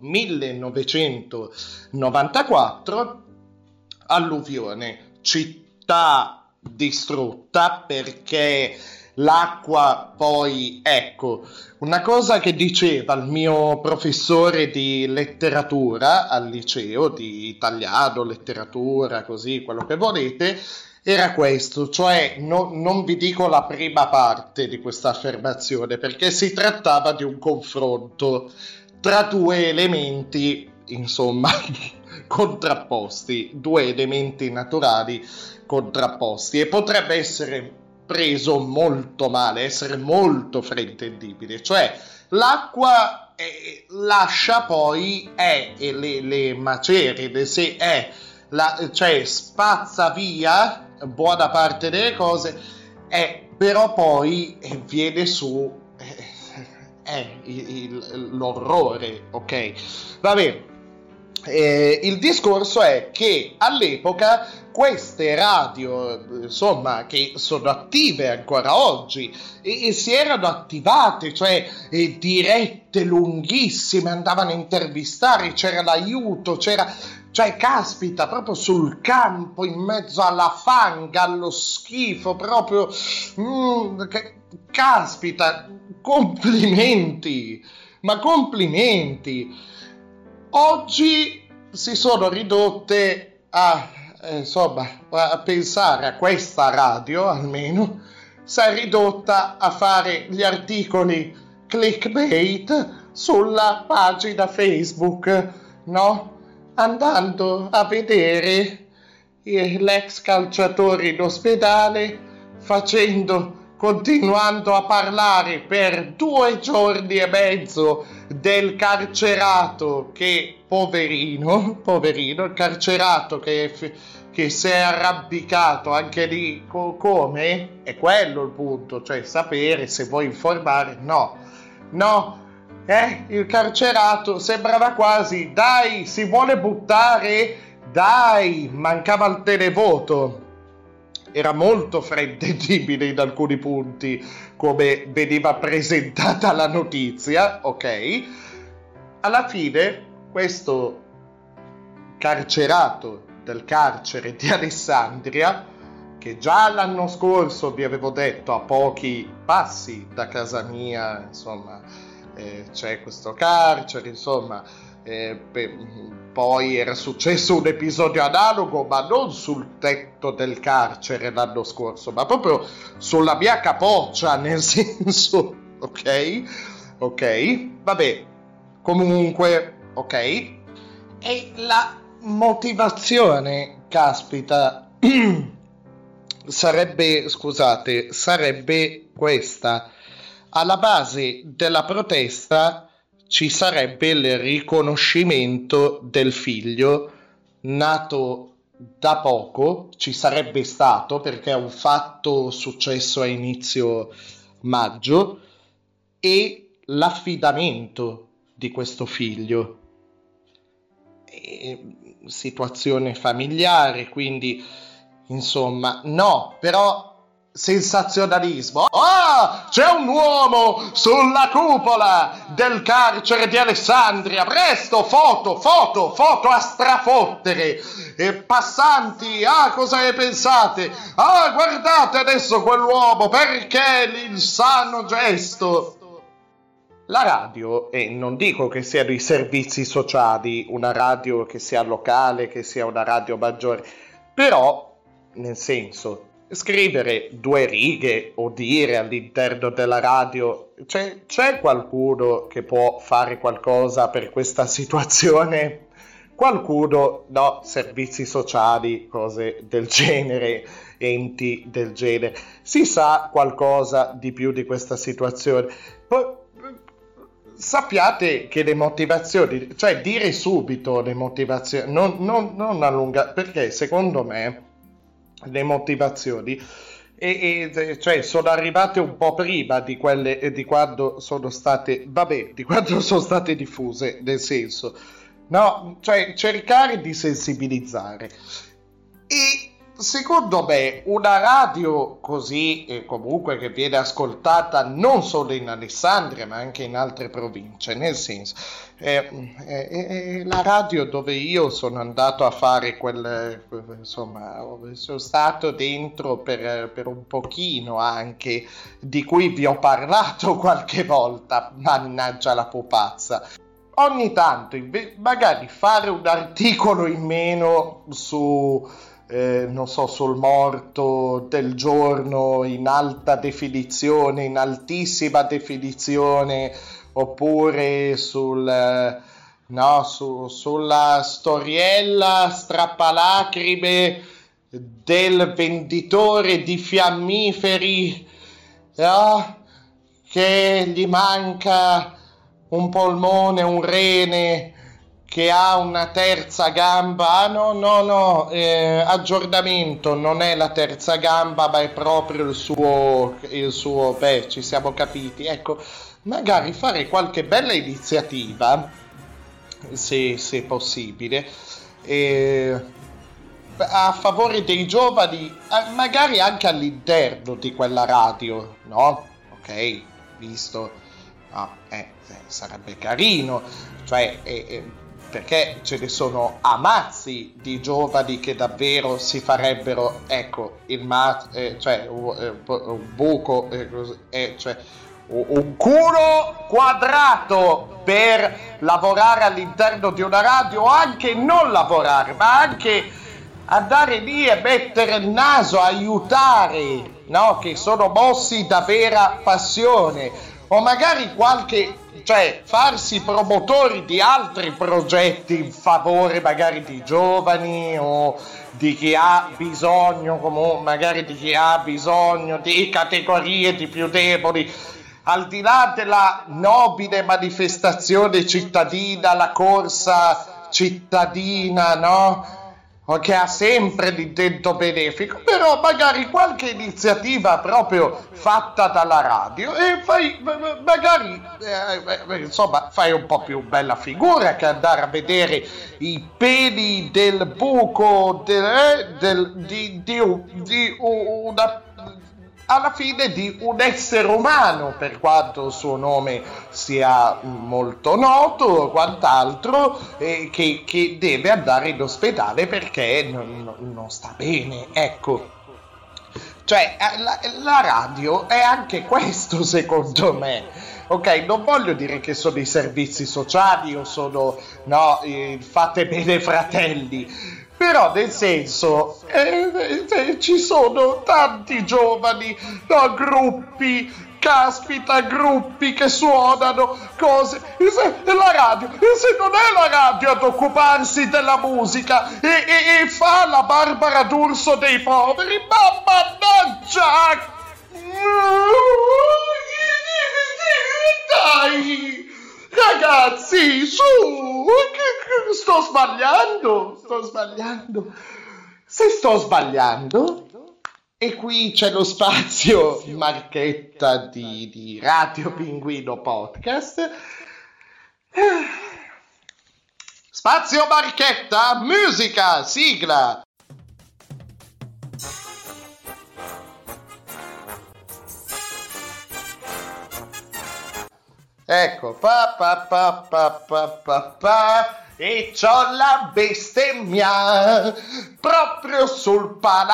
millenovecentonovantaquattro, alluvione, città distrutta perché l'acqua poi, ecco, una cosa che diceva il mio professore di letteratura al liceo, di italiano, letteratura, così, quello che volete, era questo, cioè no, non vi dico la prima parte di questa affermazione perché si trattava di un confronto tra due elementi, insomma, contrapposti, due elementi naturali contrapposti, e potrebbe essere preso molto male, essere molto fraintendibile, cioè l'acqua eh, lascia poi è eh, le, le macerie, se è la, cioè spazza via buona parte delle cose, eh, però poi eh, viene su eh, eh, il, il, l'orrore, ok? Va bene, eh, il discorso è che all'epoca queste radio, insomma, che sono attive ancora oggi e, e si erano attivate, cioè eh, dirette lunghissime, andavano a intervistare, c'era l'aiuto, c'era, cioè caspita, proprio sul campo, in mezzo alla fanga, allo schifo, proprio mm, che, caspita, complimenti, ma complimenti. Oggi si sono ridotte a, eh, insomma, a pensare a questa radio, almeno, si è ridotta a fare gli articoli clickbait sulla pagina Facebook, no? Andando a vedere l'ex calciatore in ospedale, facendo continuando a parlare per due giorni e mezzo del carcerato che, poverino, poverino, il carcerato che, che si è arrampicato anche lì, co- come? È quello il punto, cioè sapere se vuoi informare, no, no, eh, il carcerato sembrava quasi, dai, si vuole buttare, dai, mancava il televoto. Era molto fraintendibile in alcuni punti come veniva presentata la notizia, ok? Alla fine questo carcerato del carcere di Alessandria, che già l'anno scorso vi avevo detto a pochi passi da casa mia, insomma, eh, c'è questo carcere, insomma, eh, pe- poi era successo un episodio analogo, ma non sul tetto del carcere l'anno scorso, ma proprio sulla mia capoccia, nel senso, ok? Ok? Vabbè, comunque, ok? E la motivazione, caspita, sarebbe, scusate, sarebbe questa. Alla base della protesta ci sarebbe il riconoscimento del figlio nato da poco, ci sarebbe stato perché è un fatto successo a inizio maggio, e l'affidamento di questo figlio. E, situazione familiare, quindi insomma, no, però sensazionalismo. Ah, c'è un uomo sulla cupola del carcere di Alessandria, presto, foto, foto, foto a strafottere, e passanti, ah, cosa ne pensate? Ah, guardate adesso quell'uomo, perché l'insano gesto. La radio, e non dico che siano i servizi sociali, una radio che sia locale, che sia una radio maggiore, però, nel senso, scrivere due righe o dire all'interno della radio c'è, c'è qualcuno che può fare qualcosa per questa situazione? Qualcuno? No, servizi sociali, cose del genere, enti del genere. Si sa qualcosa di più di questa situazione. Poi sappiate che le motivazioni, cioè dire subito le motivazioni, non, non, non allungare, perché secondo me le motivazioni e, e, cioè sono arrivate un po' prima di quelle di quando sono state vabbè di quando sono state diffuse, nel senso, no, cioè cercare di sensibilizzare. E secondo me una radio così, e comunque che viene ascoltata non solo in Alessandria ma anche in altre province, nel senso, eh, eh, eh, la radio dove io sono andato a fare quel, insomma, sono stato dentro per, per un pochino anche, di cui vi ho parlato qualche volta, mannaggia la pupazza. Ogni tanto magari fare un articolo in meno su Eh, non so, sul morto del giorno in alta definizione, in altissima definizione, oppure sul no, su, sulla storiella strappalacrime del venditore di fiammiferi, no? Che gli manca un polmone, un rene, che ha una terza gamba. Ah no, no, no, eh, aggiornamento, non è la terza gamba, ma è proprio il suo, il suo, beh, ci siamo capiti. Ecco, magari fare qualche bella iniziativa, se, se possibile, eh, a favore dei giovani, magari anche all'interno di quella radio, no? Ok, visto, no, eh, sarebbe carino, cioè... Eh, eh, perché ce ne sono a mazzi di giovani che davvero si farebbero, ecco, il ma- eh, cioè un, un buco, eh, eh, cioè un culo quadrato per lavorare all'interno di una radio, o anche non lavorare, ma anche andare lì e mettere il naso, aiutare, no? Che sono mossi da vera passione, o magari qualche... cioè farsi promotori di altri progetti in favore magari di giovani, o di chi ha bisogno, comunque magari di chi ha bisogno di categorie di più deboli, al di là della nobile manifestazione cittadina, la corsa cittadina, no? Che ha sempre l'intento benefico, però magari qualche iniziativa proprio fatta dalla radio e fai magari eh, insomma fai un po' più bella figura che andare a vedere i peli del buco del, eh, del, di, di, di una alla fine di un essere umano, per quanto il suo nome sia molto noto o quant'altro, eh, che, che deve andare in ospedale perché non, non sta bene, ecco. Cioè, la, la radio è anche questo, secondo me. Ok, non voglio dire che sono i servizi sociali o sono, no, eh, fate bene fratelli, però nel senso eh, eh, ci sono tanti giovani, no, gruppi, caspita, gruppi che suonano cose, e se, e la radio, e se non è la radio ad occuparsi della musica e, e, e fa la Barbara D'Urso dei poveri, ma mannaggia, dai ragazzi, su, sto sbagliando, sto sbagliando, se sto sbagliando, e qui c'è lo spazio Marchetta di, di Radio Pinguino Podcast, spazio Marchetta, musica, sigla. Ecco, pa pa pa pa pa pa pa, e c'ho la bestemmia proprio sul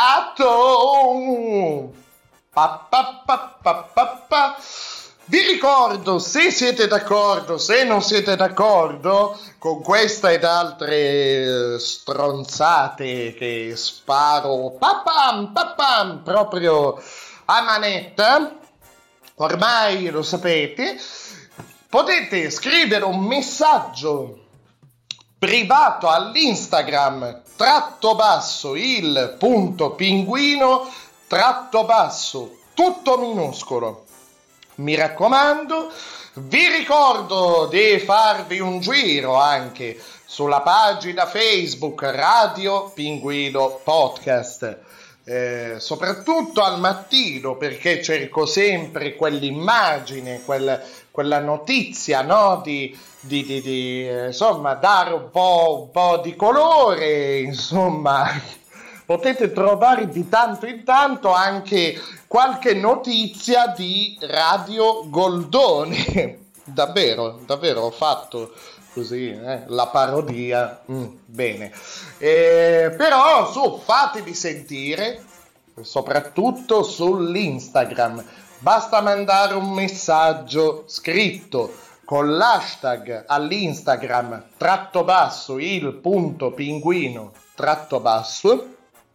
palato. Pa pa pa pa pa pa. Vi ricordo, se siete d'accordo, se non siete d'accordo con questa ed altre stronzate che sparo papam papam proprio a manetta, ormai lo sapete, potete scrivere un messaggio privato all'Instagram tratto basso il punto pinguino tratto basso tutto minuscolo. Mi raccomando, vi ricordo di farvi un giro anche sulla pagina Facebook Radio Pinguino Podcast, eh, soprattutto al mattino, perché cerco sempre quell'immagine, quel, quella notizia, no? Di, di, di, di eh, insomma, dare un po', un po' di colore, insomma. Potete trovare di tanto in tanto anche qualche notizia di Radio Goldone. davvero, davvero ho fatto così, eh, la parodia. Mm, bene. Eh, però su, fatevi sentire, soprattutto sull'Instagram. Basta mandare un messaggio scritto con l'hashtag all'Instagram tratto basso il punto pinguino tratto basso.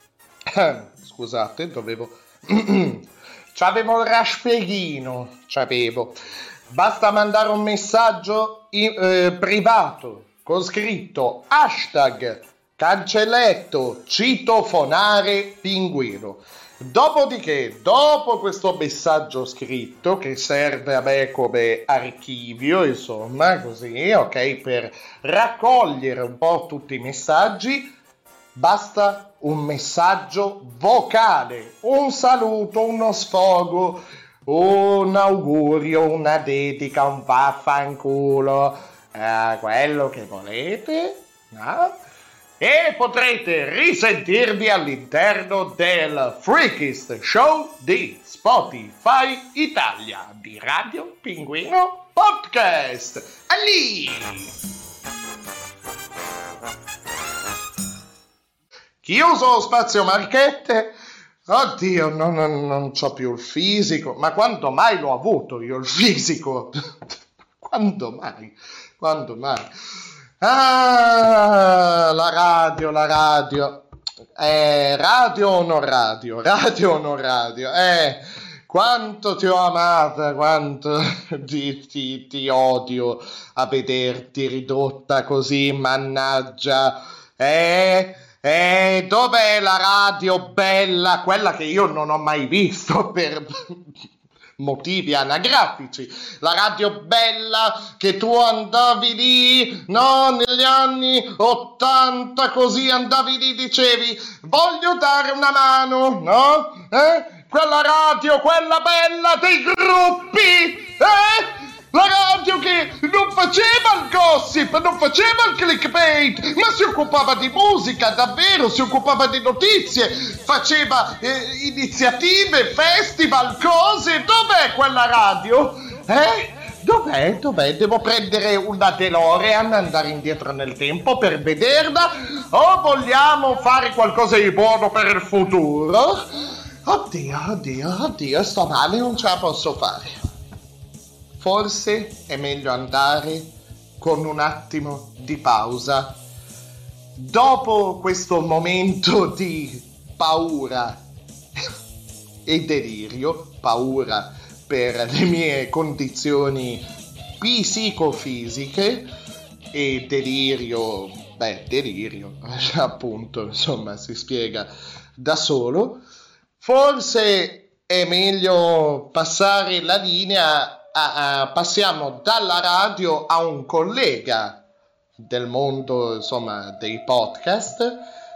Scusate, dovevo c'avevo il raspeghino, c'avevo. Basta mandare un messaggio in, eh, privato con scritto hashtag cancelletto citofonare pinguino. Dopodiché, dopo questo messaggio scritto, che serve a me come archivio, insomma, così, ok, per raccogliere un po' tutti i messaggi, basta un messaggio vocale, un saluto, uno sfogo, un augurio, una dedica, un vaffanculo, eh, quello che volete, no? E potrete risentirvi all'interno del Freakist Show di Spotify Italia di Radio Pinguino Podcast. Ali! Chiuso spazio marchette. Oddio, non, non, non c'ho più il fisico. Ma quando mai l'ho avuto io il fisico? Quando mai? Quando mai? Ah, la radio, la radio. Eh, radio o non radio? Radio o non radio? Eh, quanto ti ho amata, quanto ti, ti, ti odio a vederti ridotta così, mannaggia. Eh... E dov'è la radio bella, quella che io non ho mai visto per motivi anagrafici, la radio bella che tu andavi lì, no, negli anni ottanta, così andavi lì, dicevi voglio dare una mano, no? Eh? Quella radio, quella bella dei gruppi, eh? La radio che non faceva il gossip, non faceva il clickbait, ma si occupava di musica, davvero, si occupava di notizie, faceva eh, iniziative, festival, cose. Dov'è quella radio? Eh? Dov'è? Dov'è? Devo prendere una DeLorean, andare indietro nel tempo per vederla? O vogliamo fare qualcosa di buono per il futuro? Oddio, oddio, oddio, sto male, non ce la posso fare. Forse è meglio andare con un attimo di pausa. Dopo questo momento di paura e delirio, paura per le mie condizioni psicofisiche e delirio, beh, delirio, appunto, insomma, si spiega da solo, forse è meglio passare la linea. Ah, ah, passiamo dalla radio a un collega del mondo, insomma, dei podcast,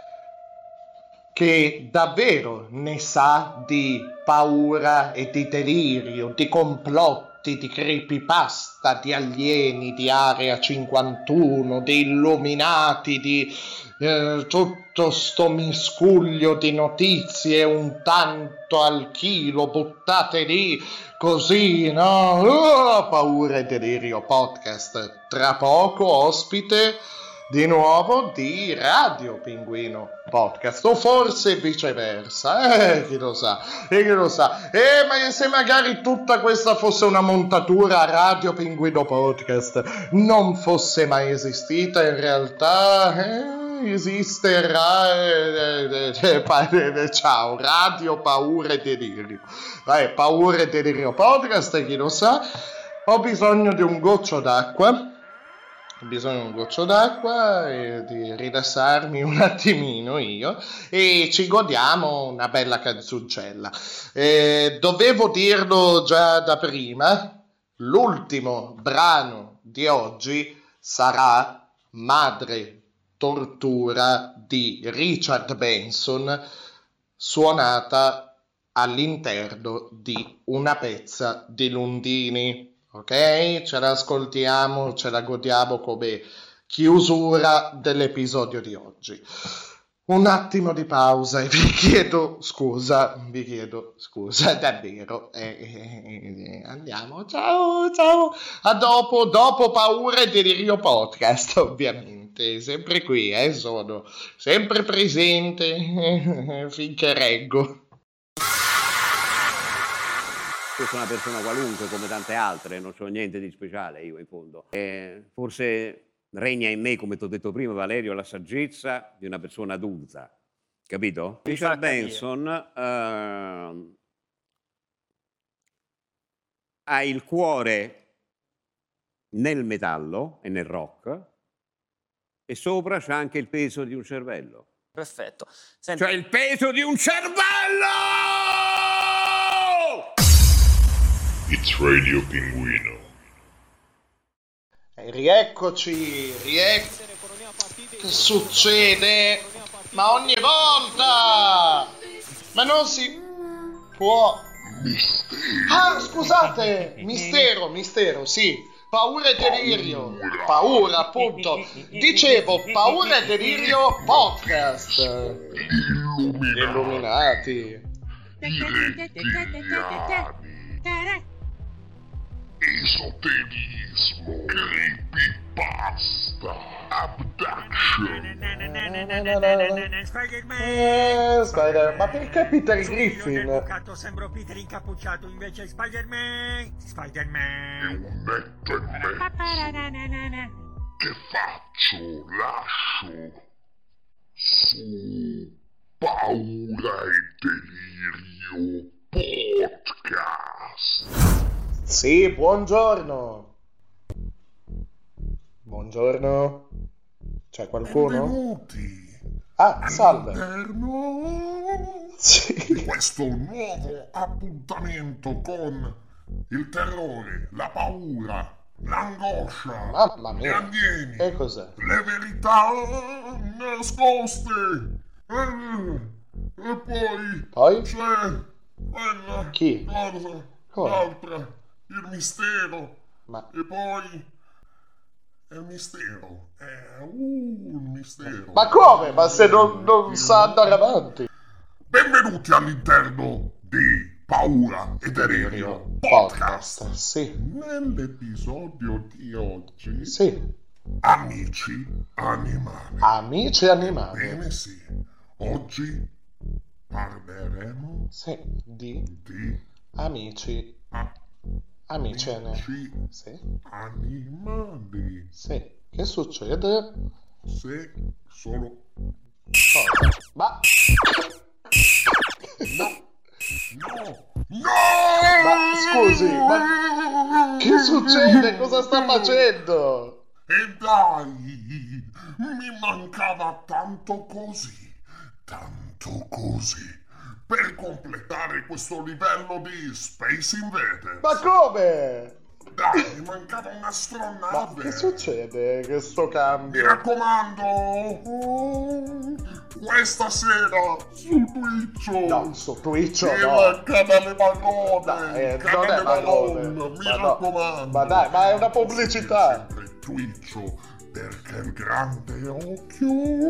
che davvero ne sa di paura e di delirio, di complotti, di creepypasta, di alieni, di Area cinquantuno, di illuminati, di eh, tutto sto miscuglio di notizie un tanto al chilo buttate lì così, no? Oh, paura e delirio podcast. Tra poco ospite di nuovo di Radio Pinguino Podcast, o forse viceversa, eh, chi lo sa, e chi lo sa. Eh, ma se magari tutta questa fosse una montatura, Radio Pinguino Podcast non fosse mai esistita, in realtà eh, esisterà. Eh, eh, eh, ciao, Radio Paura e Delirio. Vai, Paura e Delirio Podcast, chi lo sa. Ho bisogno di un goccio d'acqua. Ho bisogno di un goccio d'acqua e di rilassarmi un attimino io, e ci godiamo una bella canzoncella. Eh, dovevo dirlo già da prima, l'ultimo brano di oggi sarà Madre Tortura di Richard Benson, suonata all'interno di Una pezza di Lundini. Ok? Ce la ascoltiamo, ce la godiamo come chiusura dell'episodio di oggi. Un attimo di pausa e vi chiedo scusa, vi chiedo scusa, davvero. Eh, eh, eh, andiamo, ciao, ciao. A dopo, dopo Paura e Delirio Podcast, ovviamente. Sempre qui, eh, sono sempre presente finché reggo. Io sono una persona qualunque, come tante altre, non so niente di speciale io in fondo. E forse regna in me, come ti ho detto prima, Valerio, la saggezza di una persona adulta, capito? Richard Benson uh, ha il cuore nel metallo e nel rock, e sopra c'è anche il peso di un cervello. Perfetto. Senti... Cioè il peso di un cervello! It's Radio Pinguino. E rieccoci, rieccoci. Che succede? Ma ogni volta! Ma non si può. Mistero. Ah, scusate! Mistero, mistero, sì. Paura e delirio. Paura, appunto. Dicevo, Paura e Delirio Podcast. Illuminati. Illuminati. I rettiliani. Esoterismo, creepypasta, abduction. Eh, Spider, ma perché Peter Griffin? Sembro Peter incappucciato, invece è Spider-Man. Spider-Man. E un netto e mezzo. Che faccio? Lascio su Paura e Delirio Podcast. Sì, buongiorno. Buongiorno. C'è qualcuno? Benvenuti Ah, salve. All'interno Sì. di questo nuovo appuntamento con il terrore, la paura, l'angoscia, Mamma gli mia. alieni, E cos'è? le verità nascoste. Eh, E poi, Poi? c'è quella Chi? cosa, Come? l'altra, il mistero. Ma E poi è il mistero, è uh, il mistero. Ma come? Ma se non, non sa andare avanti? Benvenuti all'interno di Paura e Delirio Podcast. Sì. Nell'episodio di oggi, Sì. amici animali. Amici animali. Bene sì, oggi parleremo Sì. Di di amici. a- Amici animali. amici Sì. animali. Sì. Che succede? Se solo Cosa? Ma... no, no! Ma scusi, ma che succede? Cosa sta facendo? E dai, mi mancava tanto così, tanto così, per completare questo livello di Space Invaders. Ma come? Dai, mi mancava Ma un'astronave. che succede? Che sto Mi cambio? raccomando, oh, questa sera su Twitch. No, su Twitch il no. canale Marrone, Dai, eh, il non canale è Marrone. Marrone, mi Ma no. raccomando. Ma dai, ma è una pubblicità. Sempre Twitch, perché il grande occhio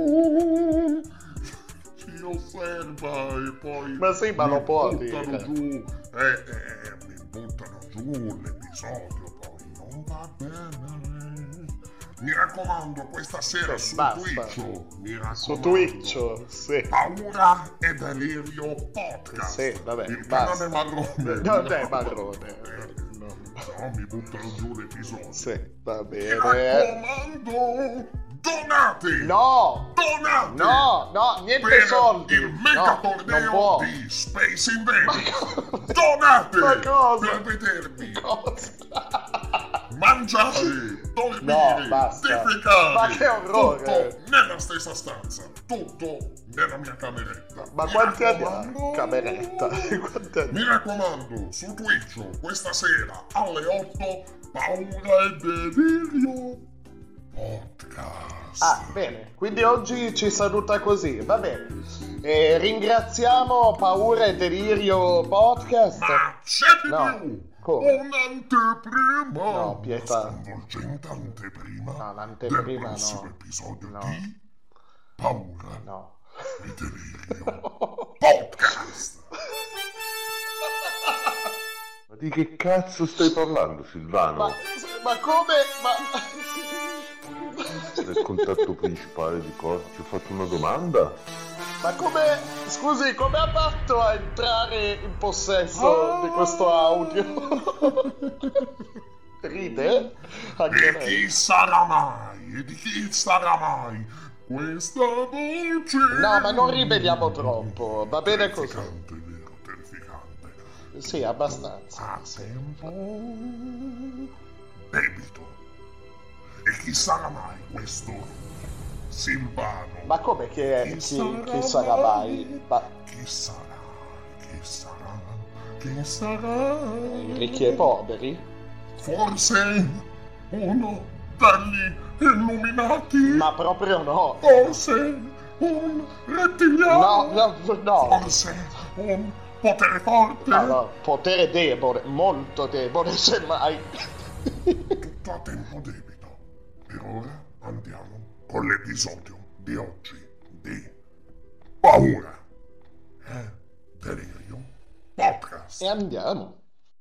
ci osserva e poi Ma sì, ma mi lo può buttano dire. giù, eh, eh, mi buttano giù l'episodio, poi non va bene. Mi raccomando, questa sera Sì, su basta. Twitch, mi raccomando. Su Twitch, sì. Paura e Delirio Podcast. Sì, vabbè, il basta. canale Marrone. Non è No. Marrone. Eh, No. No, mi buttano giù l'episodio. Sì, va Mi bene. raccomando, donate! No! Donate! No, no, niente Per soldi. il mega No, non torneo può. di Space Invaders. come? Donate! Ma cosa? Per vedermi Cosa? mangiare, dormire, No, basta. defecare. Ma che orrore. Tutto nella stessa stanza. Tutto nella mia cameretta. Ma Mi quanti anni ha? raccomando, Cameretta. Quanti anni? Mi raccomando, su Twitch questa sera alle otto, Paura e Delirio Podcast. Ah, bene. Quindi oggi ci saluta così. Va bene. E ringraziamo Paura e Delirio Podcast. Ma c'è di No. più! Come? Un'anteprima! No, pietà. Una sconvolgente anteprima No, del l'anteprima prossimo no. episodio No. di Paura No. e Delirio Podcast. Ma di che cazzo stai parlando, Silvano? Ma, ma come? Ma... Del contatto principale di cosa? Ti ho fatto una domanda? Ma come, scusi, come ha fatto a entrare in possesso di questo audio? Ride? Anche E lei? chi sarà mai? E di chi sarà mai questa voce? No, ma non ribelliamo troppo, va bene così. Terrificante, vero? Terrificante. Sì, abbastanza. A tempo debito. E chi sarà mai questo Silvano? Ma come che è? Chi, chi sarà mai? Ma Chi sarà? Chi sarà? Chi sarà? i ricchi e i poveri? Forse uno degli illuminati? Ma proprio no. Forse un rettiliano? No, no, no. Forse un potere forte? No, no, potere debole, molto debole semmai. Tutto a tempo debito. Per ora andiamo con l'episodio di oggi di Paura e Delirio Podcast. E andiamo.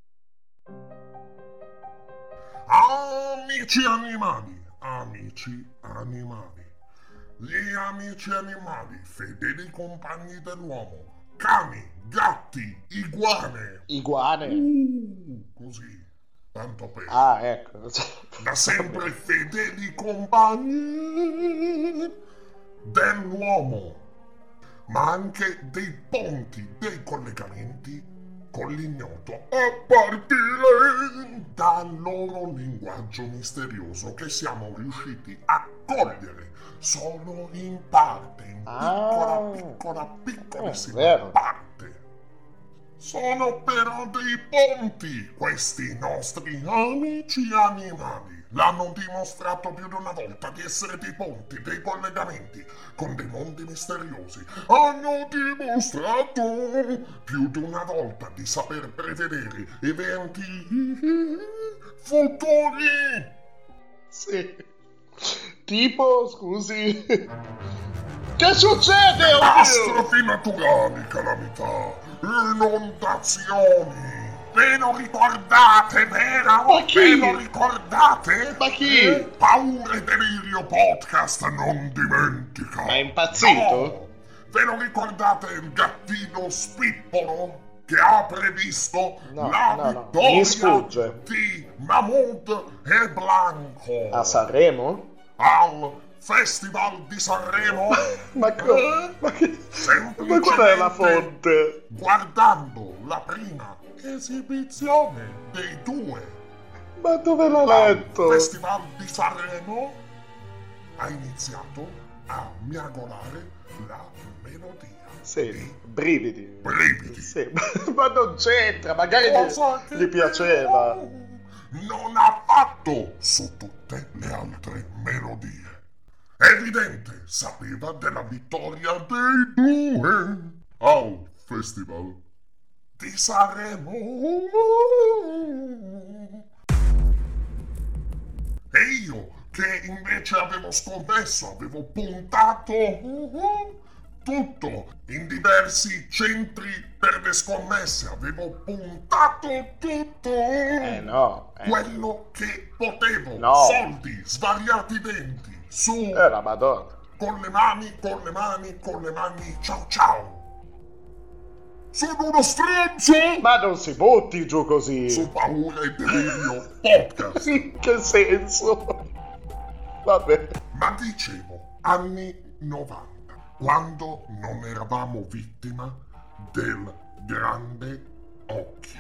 Amici animali, amici animali, gli amici animali, fedeli compagni dell'uomo, cani, gatti, iguane, Iguane. uh, così, tanto per... Ah, ecco. da sempre fedeli compagni dell'uomo, ma anche dei ponti, dei collegamenti con l'ignoto, a partire dal loro linguaggio misterioso che siamo riusciti a cogliere. Solo in parte, in piccola, Ah. piccola, piccolissima vero. parte. Sono però dei ponti questi nostri amici animali. L'hanno dimostrato più di una volta di essere dei ponti, dei collegamenti con dei mondi misteriosi. Hanno dimostrato più di una volta di saper prevedere eventi futuri. Sì. Tipo, scusi. Che succede? Oddio? Catastrofi naturali, calamità, inondazioni. Ve lo ricordate, vero? Ma chi? Ve lo ricordate? Ma chi? Eh? Paura e Delirio Podcast non dimentica. Ma è impazzito? No. Ve lo ricordate il gattino spippolo che ha previsto No, la no, no, vittoria mi sfugge. di Mahmood e Blanco A Sanremo? al Festival di Sanremo? Ma come? Eh? Ma, che... Semplicemente Ma qual è la fonte? guardando la prima esibizione dei due Ma dove l'ha al letto? Festival di Sanremo ha iniziato a miagolare la melodia. Sì, brividi. Brividi. Sì, ma non c'entra, magari Cosa gli, che gli piaceva. non ha fatto su tutte le altre melodie. È evidente, sapeva della vittoria dei due al Festival di Sanremo. E io, che invece avevo scommesso, avevo puntato tutto in diversi centri per le scommesse, avevo puntato tutto Eh no. Eh, quello che potevo, No. soldi, svariati denti, su, eh la madonna. con le mani, con le mani, con le mani, ciao ciao. Sono uno stronzo! Ma non si butti giù così. Su Paura e Delirio Podcast. In che senso? Vabbè. Ma dicevo, anni novanta, quando non eravamo vittima del grande occhio.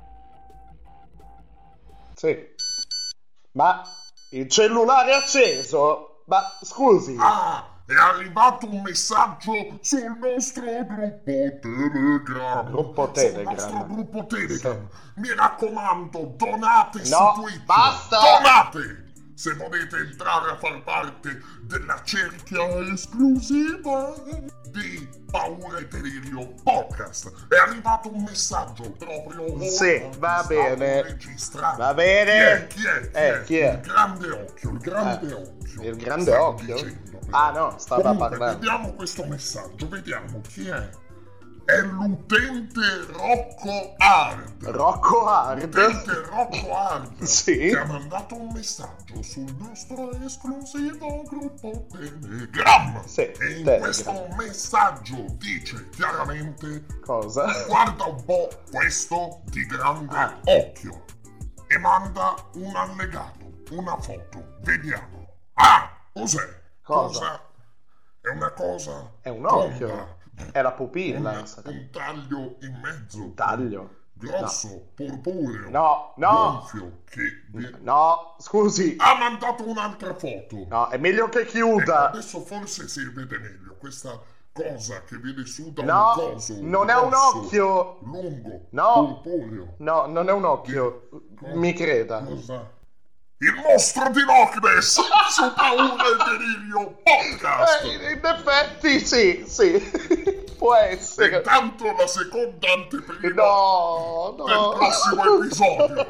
Sì. Ma il cellulare è acceso? Ma scusi. Ah, è arrivato un messaggio sul nostro gruppo Telegram. Gruppo Sul Telegram. nostro gruppo Telegram. Mi raccomando, donate No, su Twitch. basta. Donate! Se volete entrare a far parte della cerchia esclusiva di Paura e Delirio Podcast. È arrivato un messaggio proprio ora. Sì, va Stavo bene. registrando. Va bene. Chi è? Chi è? Chi Eh, è? chi è? Il grande occhio, il grande Eh, occhio. il grande Stavo occhio? dicendo, Ah no, stava Comunque, parlando. vediamo questo messaggio, vediamo chi è. È l'utente Rocco Hard. Rocco Hard? L'utente Rocco Hard. Sì. Che ha mandato un messaggio sul nostro esclusivo gruppo Telegram. Sì, E in Telegram. questo messaggio dice chiaramente: Cosa? guarda un po' questo di grande Ah. occhio. E manda un allegato, una foto. Vediamo. Ah, cos'è? Cosa? È una cosa. È un tonda. occhio. È la pupilla. Un, un taglio in mezzo. Un taglio? Grosso, purpureo. No, no. Gonfio, che vi- No, scusi. ha mandato un'altra foto. No, è meglio che Ecco, chiuda. adesso forse si vede meglio questa cosa che viene su da No, un coso. non è un grosso, occhio. lungo, No. purpureo. No, non è un occhio. Cosa- Mi creda. cosa? Il mostro di Loch Ness su Paura e Delirio Podcast. Eh, in effetti sì, sì. Può E essere. intanto la seconda anteprima No, del no. prossimo episodio.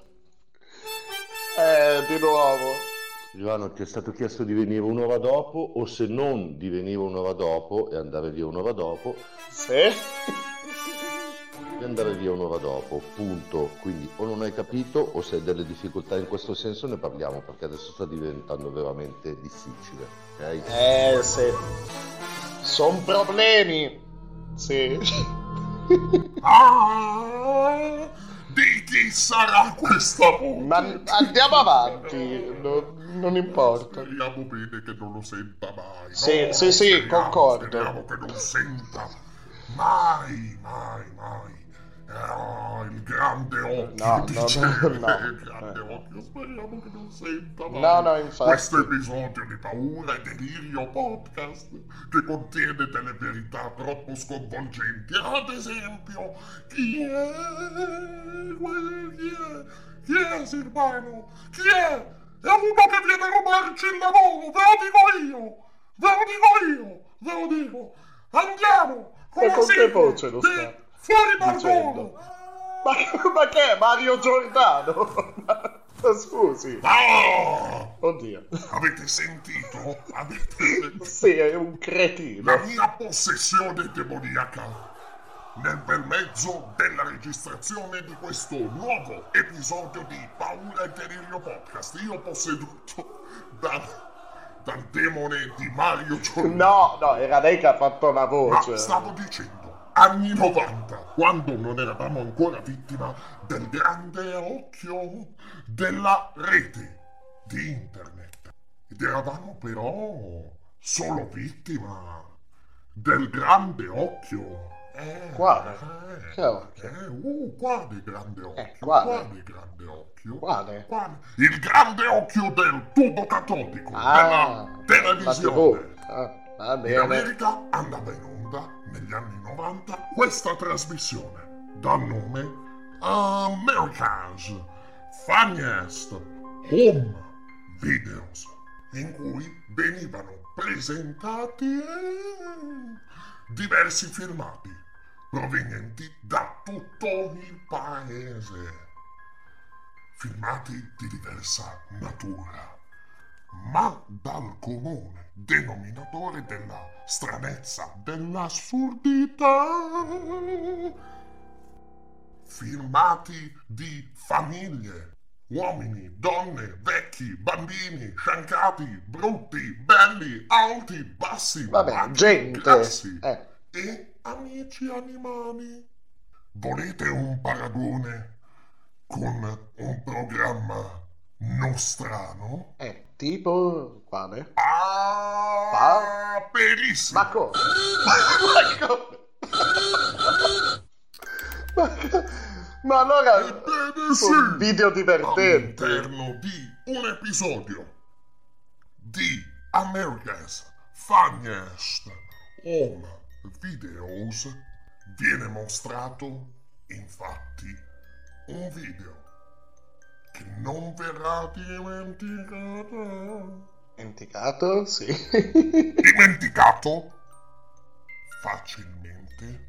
Eh, di nuovo. Giovanni, ti è stato chiesto di venire un'ora dopo, o se non di venire un'ora dopo e andare via un'ora dopo, Sì. di andare via un'ora dopo, punto. Quindi o non hai capito o se hai delle difficoltà in questo senso ne parliamo, perché adesso sta diventando veramente difficile, ok? Eh, sì. Son problemi. Sì. Ah, di chi sarà questa voce? Ma andiamo avanti. No- non importa. Speriamo bene che non lo senta mai. no? Sì, sì, sì, Speriamo, concordo. Speriamo che non senta mai, mai, mai Ah, il grande occhio, No, no, dicevo, no, no. il grande occhio, speriamo che non senta No, mai no, infatti. questo episodio di Paura e Delirio Podcast, che contiene delle verità troppo sconvolgenti. Ad esempio, chi è? Chi è? Chi è, Silvano? Chi è? È uno che viene a rubarci il lavoro, ve lo dico io, ve lo dico io, ve lo dico. Andiamo con E la con che sigla voce lo di sta Fuori dicendo? Margolo. Ma, ma che è? Mario Giordano? Ma scusi. Ah! Oddio. Avete sentito? Avete sentito? Sì, è un cretino. La mia possessione demoniaca nel bel mezzo della registrazione di questo nuovo episodio di Paura e Delirio Podcast. Io posseduto dal, dal demone di Mario Giordano. No, no, era lei che ha fatto la Ma voce. stavo dicendo, anni novanta, quando non eravamo ancora vittima del grande occhio della rete di internet. Ed eravamo però solo vittima del grande occhio. Eh, Quale? eh, Che occhio? eh, uh, quale grande occhio? Eh, quale? Quale grande occhio? Quale? Quale? Il grande occhio del tubo catodico Ah, della televisione. Ah, va In bene. America andava in onda negli anni novanta questa trasmissione dal nome America's Funniest Home Videos, in cui venivano presentati eh, diversi filmati provenienti da tutto il paese, filmati di diversa natura, ma dal comune denominatore della stranezza, dell'assurdità. Filmati di famiglie, uomini, donne, vecchi, bambini, sciancati, brutti, belli, alti, bassi, Vabbè, magri, gente. grassi Eh. e amici animali. Volete un paragone con un programma nostrano? Eh, tipo quale? Ah, perissimo! Ma come? Ma come? Ma, ma allora Ebbene sì! un video divertente. All'interno di un episodio di America's Funniest Home Videos viene mostrato infatti un video che non verrà dimenticato. Dimenticato? Sì. Dimenticato facilmente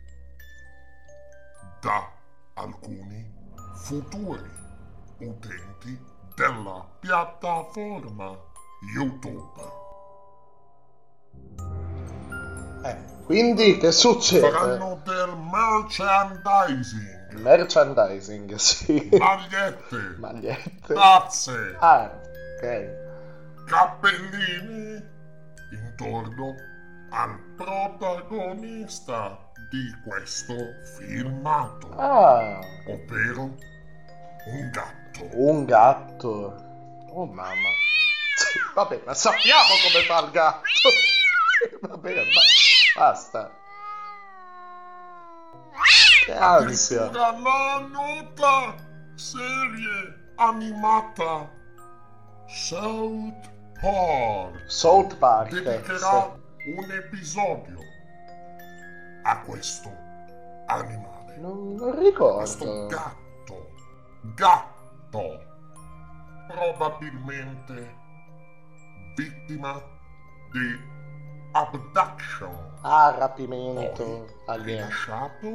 da alcuni futuri utenti della piattaforma YouTube. Eh, quindi che succede? Faranno del merchandising, Merchandising, sì. magliette, Magliette. tazze, Ah, ok. cappellini intorno al protagonista di questo filmato, Ah, ovvero un gatto. un gatto. Oh mamma. Sì, vabbè, ma sappiamo come fa il gatto. Va bene, ma basta. Che ansia. Addirittura la nota serie animata South Park South Park. dedicherà un episodio a questo animale, Non, non questo ricordo. gatto, gatto, probabilmente vittima di abduction, Ah, rapimento poi alieno. rilasciato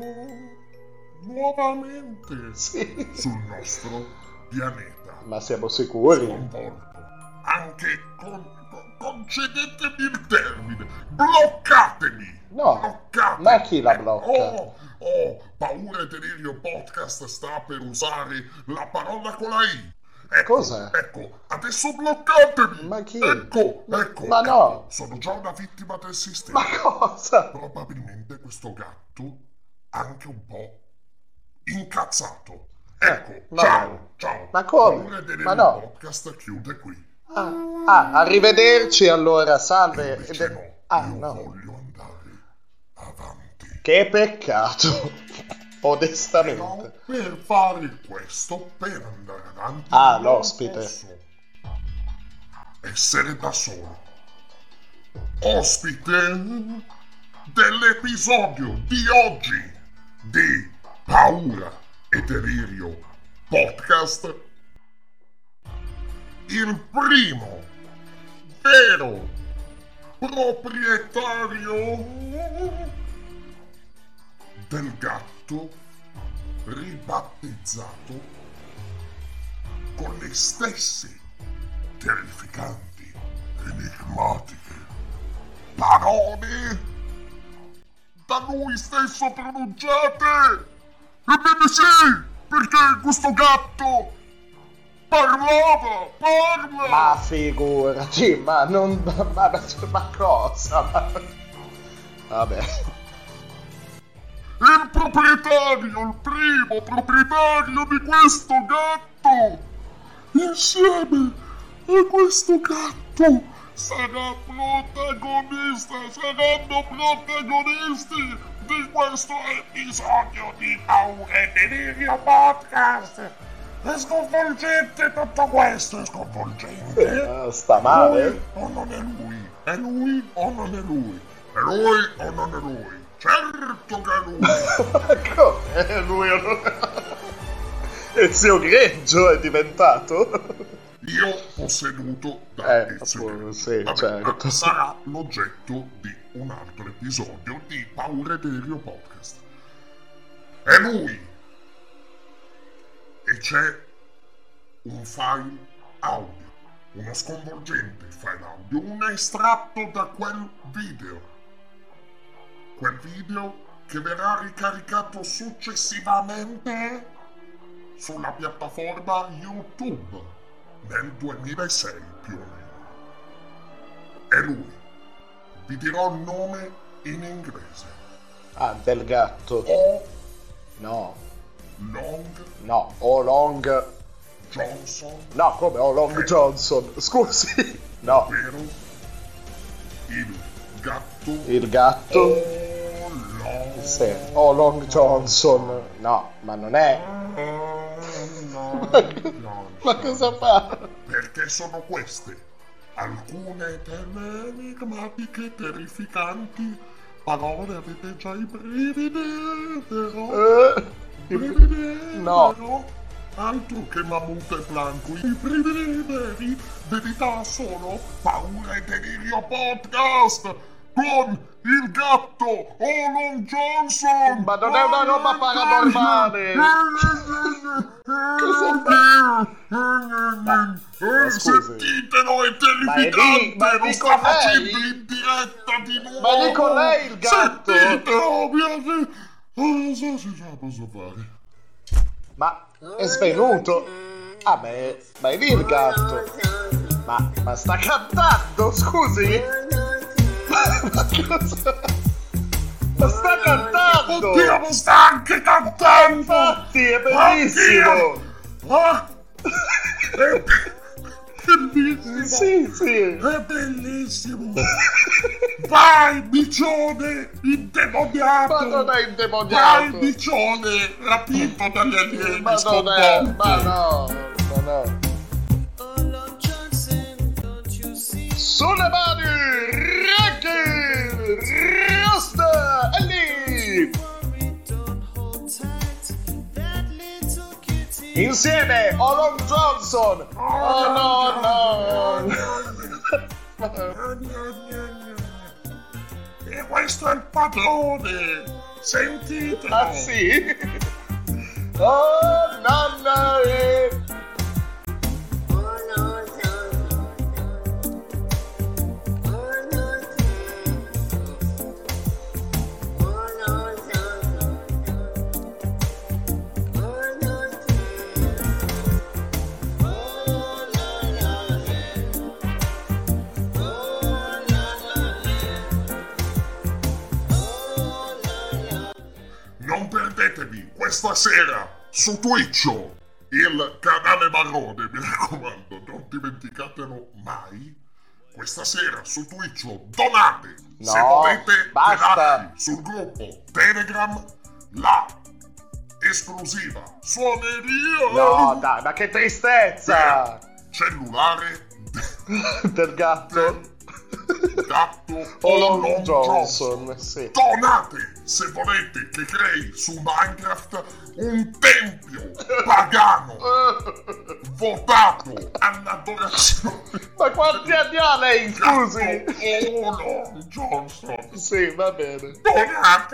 nuovamente Sì. sul nostro pianeta, Ma siamo sicuri? sconvolto anche con, con- concedetemi il termine, bloccatemi. No, Bloccate. ma chi la Eh, blocca? Oh, oh, Paura e Delirio Podcast sta per usare la parola con la I. Ecco, Cos'è? ecco, adesso bloccatemi. Ma chi? Ecco, ecco. Ma no. ecco, sono già una vittima del sistema. Ma cosa? Probabilmente questo gatto anche un po' incazzato. Ecco, Eh, va ciao, bene. ciao. Ma come? Paura e Delirio Ma no. Podcast chiude qui. Ah, ah, arrivederci allora, salve. Invece no, Ah, io no. voglio andare avanti. Che peccato. Onestamente. Però per fare questo, per andare avanti, Ah, non l'ospite. posso essere da solo. Ospite dell'episodio di oggi di Paura e Delirio Podcast, il primo vero proprietario del gatto ribattezzato con le stesse terrificanti, enigmatiche parole da lui stesso pronunciate. Ebbene sì, perché questo gatto parlava, parla. Ma figurati, ma non... Ma, ma, ma cosa? Ma... Vabbè. Il proprietario, il primo proprietario di questo gatto, insieme a questo gatto, sarà protagonista, saranno protagonisti di questo episodio di Paura e Delirio Podcast. È sconvolgente tutto questo, è sconvolgente. Eh, sta male? Lui o non è lui? È lui o non è lui? È lui o non è lui? Certo che è lui! Come? È lui o non è? Il zio Greggio è diventato? Io ho seduto da Eh, inizio. appunto, sì, Vabbè, certo. ma sarà l'oggetto di un altro episodio di Paura e Delirio Podcast. È lui! E c'è un file audio, uno sconvolgente file audio, un estratto da quel video. Quel video che verrà ricaricato successivamente sulla piattaforma YouTube nel duemilasei più o meno. È lui. Vi dirò il nome in inglese. Ah, del gatto. O No, Long no, O Long... Johnson, No, come O Long Johnson? Scusi. No, ovvero il gatto il gatto... O Long Sì, O Long Johnson. No, ma non è... Johnson. Ma cosa fa? Perché sono queste alcune delle enigmatiche, terrificanti parole. Avete già i brividi, vero? Eh, Brividi, no. vero? Altro che Mammut e Blanco, i brividi veri, verità sono Paura e Delirio Podcast con il gatto O Long Johnson. Ma non è una roba paranormale. Ma scusi. Sentitelo, è Ma è lì- terrificante, ma è lo lì sta con facendo lei? in diretta di nuovo. Ma è lì con lei il gatto? Sentitelo, mi- non so se ce la posso fare. Ma è svenuto? Ah beh, ma è lì il gatto. Ma, ma sta cantando, scusi? Ma cosa? Ma sta cantando! Oddio, ma sta anche cantando! Infatti, è bellissimo! Ah, è bellissimo! Sì, sì! È bellissimo! Vai, bicione indemoniato! Ma non è Vai, indemoniato! bicione rapito dagli alieni Ma non è! sconvolti! Ma no! Ma no! Sulle mani! Reggae! Rasta! E lì! Insieme! O Long Johnson! Oh no, no! E questo è il padrone! Sentitelo! Ah sì? Oh nonna! Eh. Non perdetevi questa sera su Twitch il canale marrone, mi raccomando, non dimenticatelo mai. Questa sera su Twitch donate, No, se volete basta. tirarci sul gruppo Telegram, là esclusiva, suoneria. No, dai, ma che tristezza! Cellulare del gatto. Gatto o Long Long Johnson. Johnson, sì. Donate se volete che crei su Minecraft un tempio pagano votato all'adorazione. Ma quanti anni ha lei, scusi? Gatto o Long Johnson. Sì, va bene. Donate.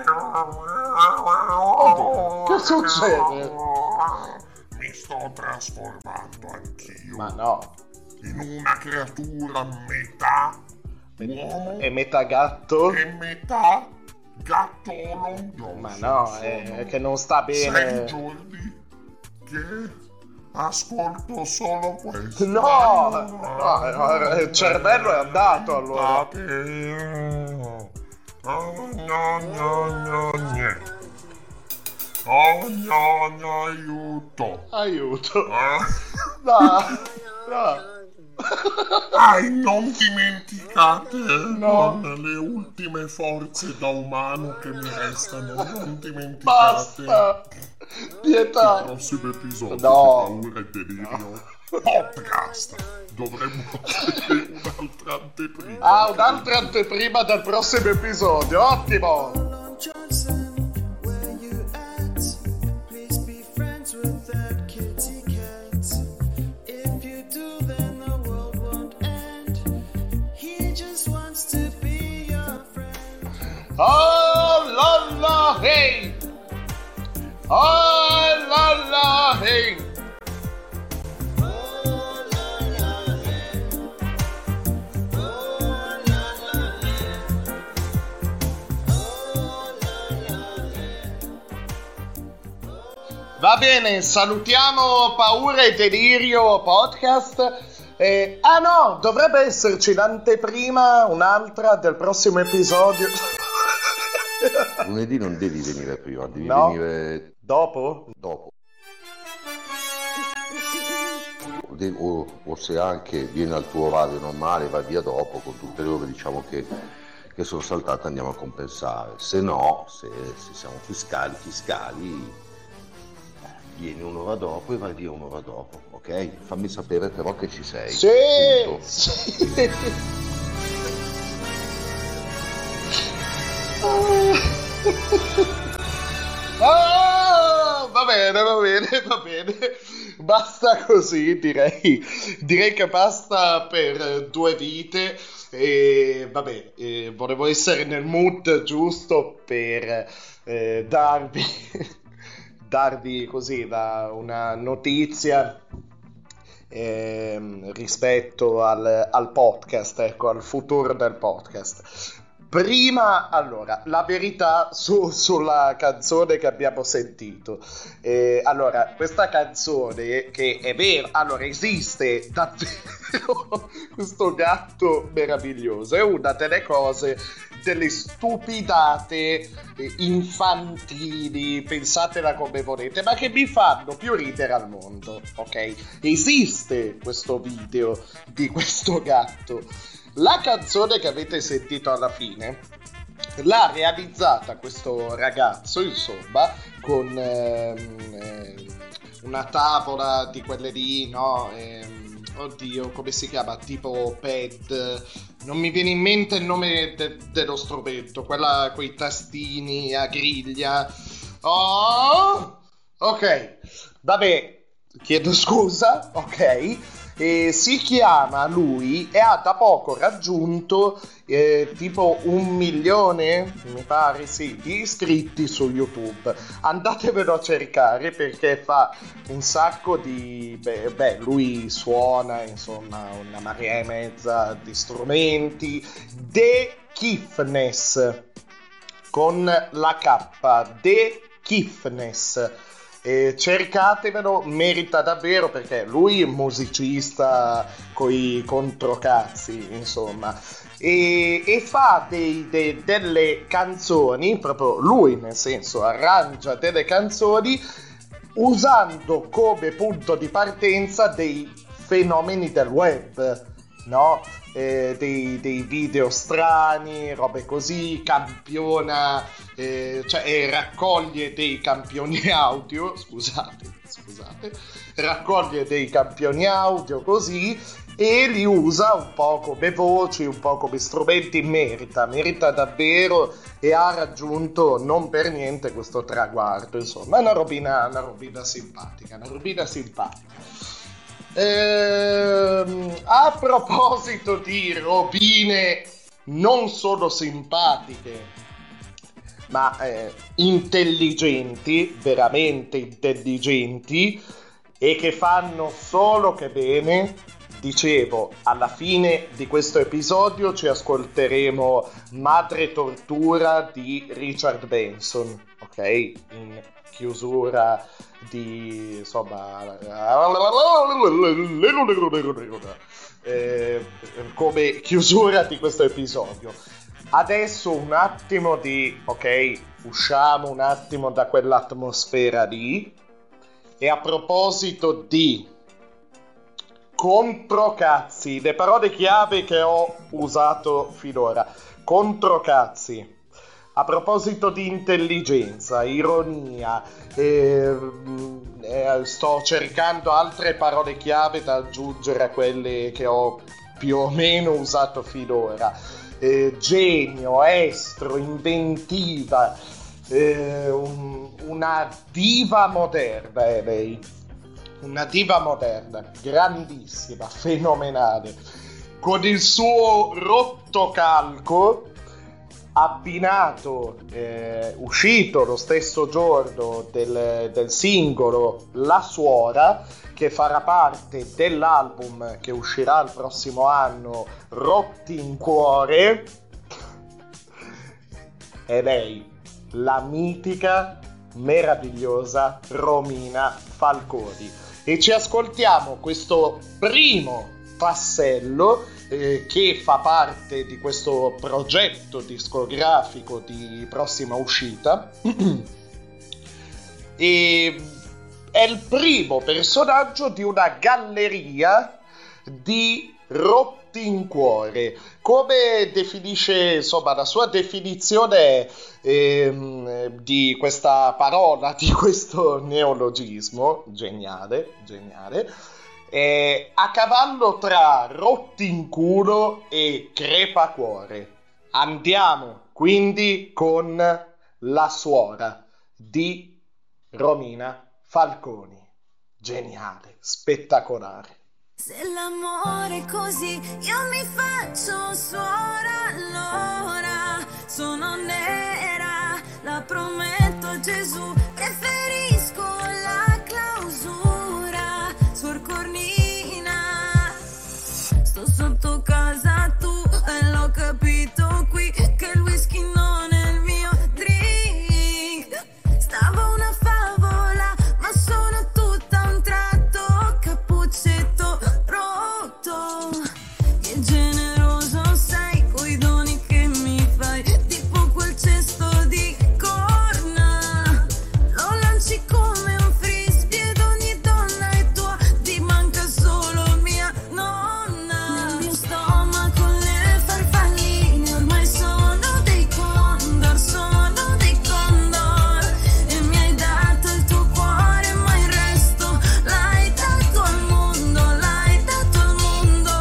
Oddio, che succede? Mi sto trasformando anch'io. Ma no. In una creatura metà uomo e metà gatto e metà gatto Long Johnson. Ma no, è che non sta bene. Sei giorni che ascolto solo questo. No, no, no, il cervello è andato allora. Oh no no no no. Oh no no, aiuto. Aiuto. Ah. No, no. Ai, non dimenticate no. con le ultime forze da umano che mi restano, non dimenticate. Basta. Pietà. Il prossimo episodio no. di Paura e Delirio no. Podcast. Dovremmo avere un'altra anteprima. Ah, un'altra anteprima del prossimo episodio, ottimo. Oh la la hey! Oh la la hey! Va bene, salutiamo Paura e Delirio podcast. Eh, ah no, dovrebbe esserci l'anteprima, un'altra del prossimo episodio. Lunedì non devi venire prima, devi no. venire dopo? Dopo. O, o se anche vieni al tuo orario normale, vai via dopo, con tutte le ore diciamo che, che sono saltate andiamo a compensare. Se no, se, se siamo fiscali, fiscali, vieni un'ora dopo e vai via un'ora dopo, ok? Fammi sapere però che ci sei. Sì! Sì. Oh, va bene, va bene, va bene. Basta così, direi. Direi che basta per due vite. E vabbè, eh, volevo essere nel mood giusto per eh, darvi, darvi così da una notizia eh, rispetto al, al podcast, ecco, al futuro del podcast. Prima, allora, la verità su, sulla canzone che abbiamo sentito. Eh, allora, questa canzone, che è vero, allora, esiste davvero questo gatto meraviglioso. È una delle cose, delle stupidate eh, infantili, pensatela come volete, ma che mi fanno più ridere al mondo, ok? Esiste questo video di questo gatto. La canzone che avete sentito alla fine l'ha realizzata questo ragazzo, insomma, con ehm, eh, una tavola di quelle lì, no? Ehm, oddio, come si chiama? Tipo pad, non mi viene in mente il nome de- dello strumento, quella con i tastini a griglia. Oh, ok, vabbè, chiedo scusa, ok. E si chiama lui e ha da poco raggiunto eh, tipo un milione, mi pare, sì, di iscritti su YouTube. Andatevelo a cercare perché fa un sacco di... Beh, beh, lui suona, insomma, una marea e mezza di strumenti. The Kiffness, con la K, The Kiffness. E cercatevelo, merita davvero, perché lui è musicista coi controcazzi, insomma, e, e fa dei, dei, delle canzoni, proprio lui, nel senso, arrangia delle canzoni usando come punto di partenza dei fenomeni del web, no? Eh, dei, dei video strani, robe così, campiona, eh, cioè eh, raccoglie dei campioni audio, scusate, scusate, raccoglie dei campioni audio così e li usa un po' come voci, un po' come strumenti. Merita, merita davvero e ha raggiunto non per niente questo traguardo, insomma, è una robina, una robina simpatica, una robina simpatica. Ehm, a proposito di robine non solo simpatiche ma eh, intelligenti, veramente intelligenti e che fanno solo che bene, dicevo, alla fine di questo episodio ci ascolteremo Madre Tortura di Richard Benson, ok? In chiusura di, insomma, eh, come chiusura di questo episodio. Adesso un attimo di, ok, usciamo un attimo da quell'atmosfera lì, e a proposito di controcazzi, le parole chiave che ho usato finora, controcazzi. A proposito di intelligenza, ironia, eh, eh, sto cercando altre parole chiave da aggiungere a quelle che ho più o meno usato finora. Eh, genio, estro, inventiva, eh, un, una diva moderna è lei. Una diva moderna, grandissima, fenomenale. Con il suo rotocalco abbinato, eh, uscito lo stesso giorno del, del singolo La Suora, che farà parte dell'album che uscirà il prossimo anno, Rotti in Cuore, è lei, la mitica, meravigliosa Romina Falconi. E ci ascoltiamo questo primo tassello eh, che fa parte di questo progetto discografico di prossima uscita e è il primo personaggio di una galleria di rotti in cuore. Come definisce, insomma, la sua definizione ehm, di questa parola, di questo neologismo, geniale, geniale, è a cavallo tra rotti in culo e crepacuore. Andiamo quindi con La Suora di Romina Falconi. Geniale, spettacolare. Se l'amore è così, io mi faccio suora, allora sono nera, la prometto a Gesù, preferisco la clausura, suor Cornina, sto sotto casa tu e l'ho capito qui, che il whisky non è il mio drink, stavo una favola, ma sono tutta un tratto, cappuccetto rotto, che generoso sei coi doni che mi fai, tipo quel cesto di corna, lo lanci come un frisbee ed ogni donna è tua, ti manca solo mia nonna, nel mio stomaco le farfalline ormai sono dei condor, sono dei condor, e mi hai dato il tuo cuore ma il resto l'hai dato al mondo, l'hai dato al mondo.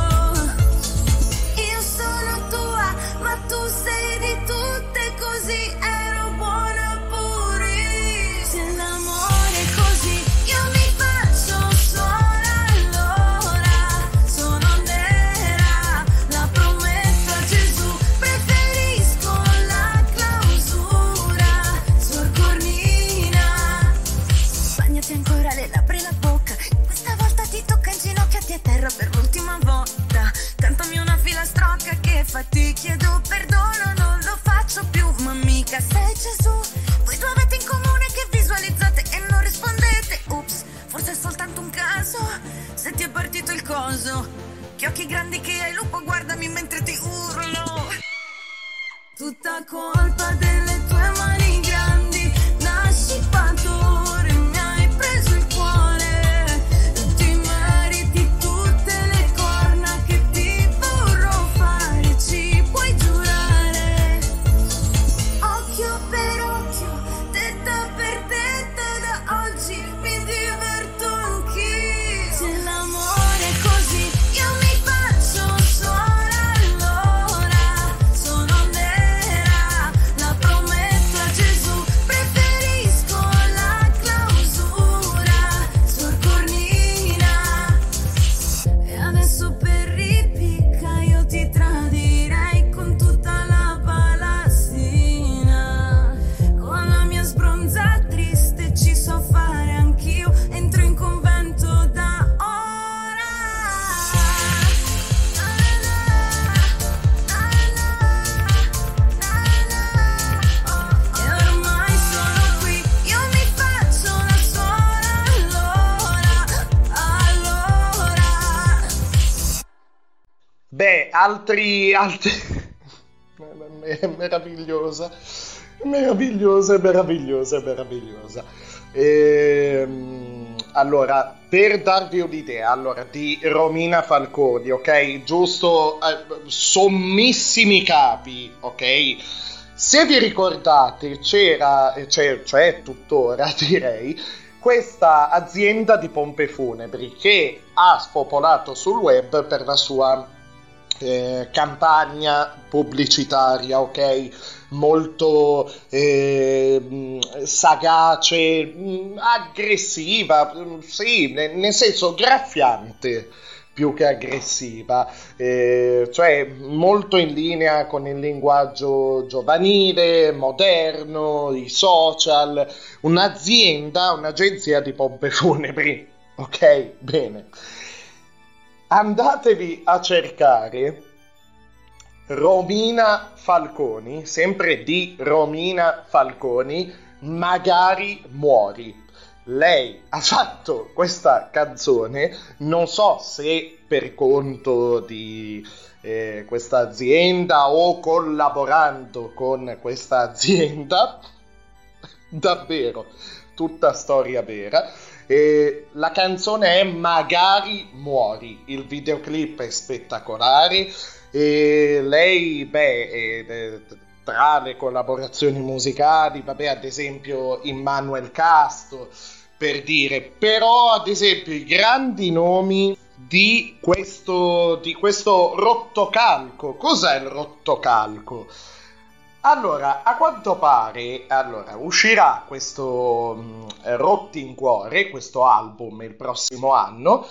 Io sono tua ma tu sei di tutte, così ero buona pure. Se l'amore è così io mi faccio suora, allora sono nera, la prometto a Gesù, preferisco la clausura, suor Cornina, bagnati ancora le labbra e la bocca, questa volta ti tocca inginocchiati a terra per l'ultima volta, cantami una filastrocca che fa ti chiedo perdono, non lo faccio più, ma mica sei Gesù, voi due avete in comune che visualizzate e non rispondete, ups, forse è soltanto un caso, se ti è partito il coso, che occhi grandi che hai, lupo, guardami mentre ti urlo, tutta colpa delle tue mani grandi, da scippatore mi hai preso il cuore, ti meriti tutte le corna che ti Beh, altri... altri... meravigliosa, meravigliosa, meravigliosa, meravigliosa. Ehm, allora, per darvi un'idea, allora, di Romina Falconi, ok? Giusto, eh, sommissimi capi, ok? Se vi ricordate, c'era, c'è, cioè tuttora direi, questa azienda di pompe funebri che ha spopolato sul web per la sua eh, campagna pubblicitaria, ok? Molto eh, sagace, aggressiva, sì, nel, nel senso graffiante più che aggressiva, eh, cioè molto in linea con il linguaggio giovanile, moderno, i social, un'azienda, un'agenzia di pompe funebri, ok? Bene. Andatevi a cercare Romina Falconi, sempre di Romina Falconi, Magari muori. Lei ha fatto questa canzone, non so se per conto di eh, questa azienda o collaborando con questa azienda, davvero, tutta storia vera. Eh, la canzone è Magari muori, il videoclip è spettacolare e lei, beh, è, tra le collaborazioni musicali, vabbè, ad esempio Immanuel Casto, per dire, però ad esempio i grandi nomi di questo, di questo rottocalco. Cos'è il rottocalco? Allora, a quanto pare, allora, uscirà questo mh, Rotti in Cuore, questo album il prossimo anno,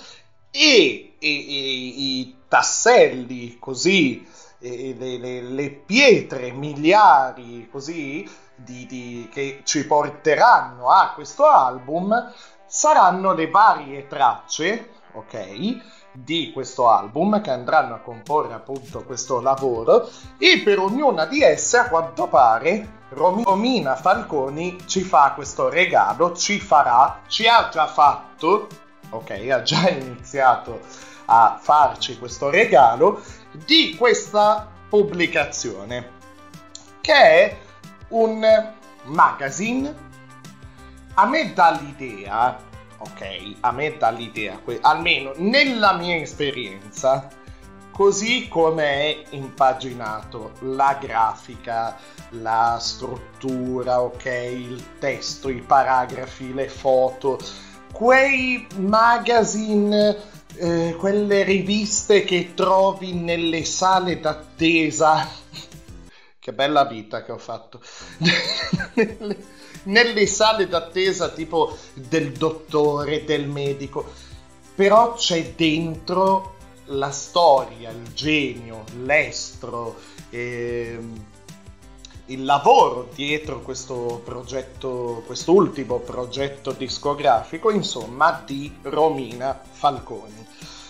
e, e, e i tasselli così, e le, le, le pietre miliari così di, di, che ci porteranno a questo album saranno le varie tracce, ok, di questo album che andranno a comporre appunto questo lavoro, e per ognuna di esse a quanto pare Romina Falconi ci fa questo regalo, ci farà, ci ha già fatto, ok, ha già iniziato a farci questo regalo di questa pubblicazione, che è un magazine. A me dà l'idea, ok, a me dà l'idea, almeno nella mia esperienza, così come è impaginato, la grafica, la struttura, ok, il testo, i paragrafi, le foto, quei magazine, eh, quelle riviste che trovi nelle sale d'attesa. Che bella vita che ho fatto. nelle, nelle sale d'attesa tipo del dottore, del medico. Però c'è dentro la storia, il genio, l'estro, ehm, il lavoro dietro questo progetto, quest'ultimo progetto discografico, insomma, di Romina Falconi.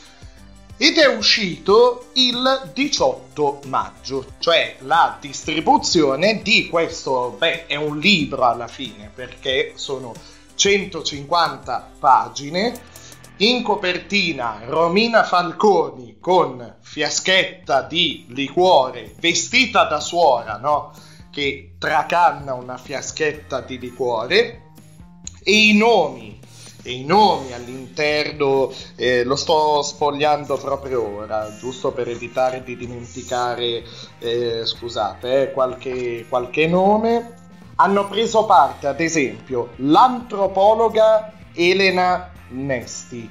Ed è uscito il diciotto maggio, cioè la distribuzione di questo, beh, è un libro alla fine, perché sono centocinquanta pagine, in copertina Romina Falconi con fiaschetta di liquore, vestita da suora, no? Che tracanna una fiaschetta di liquore, e i nomi, e i nomi all'interno, eh, lo sto sfogliando proprio ora, giusto per evitare di dimenticare, eh, scusate, eh, qualche, qualche nome. Hanno preso parte, ad esempio, l'antropologa Elena Nesti.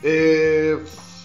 Eh,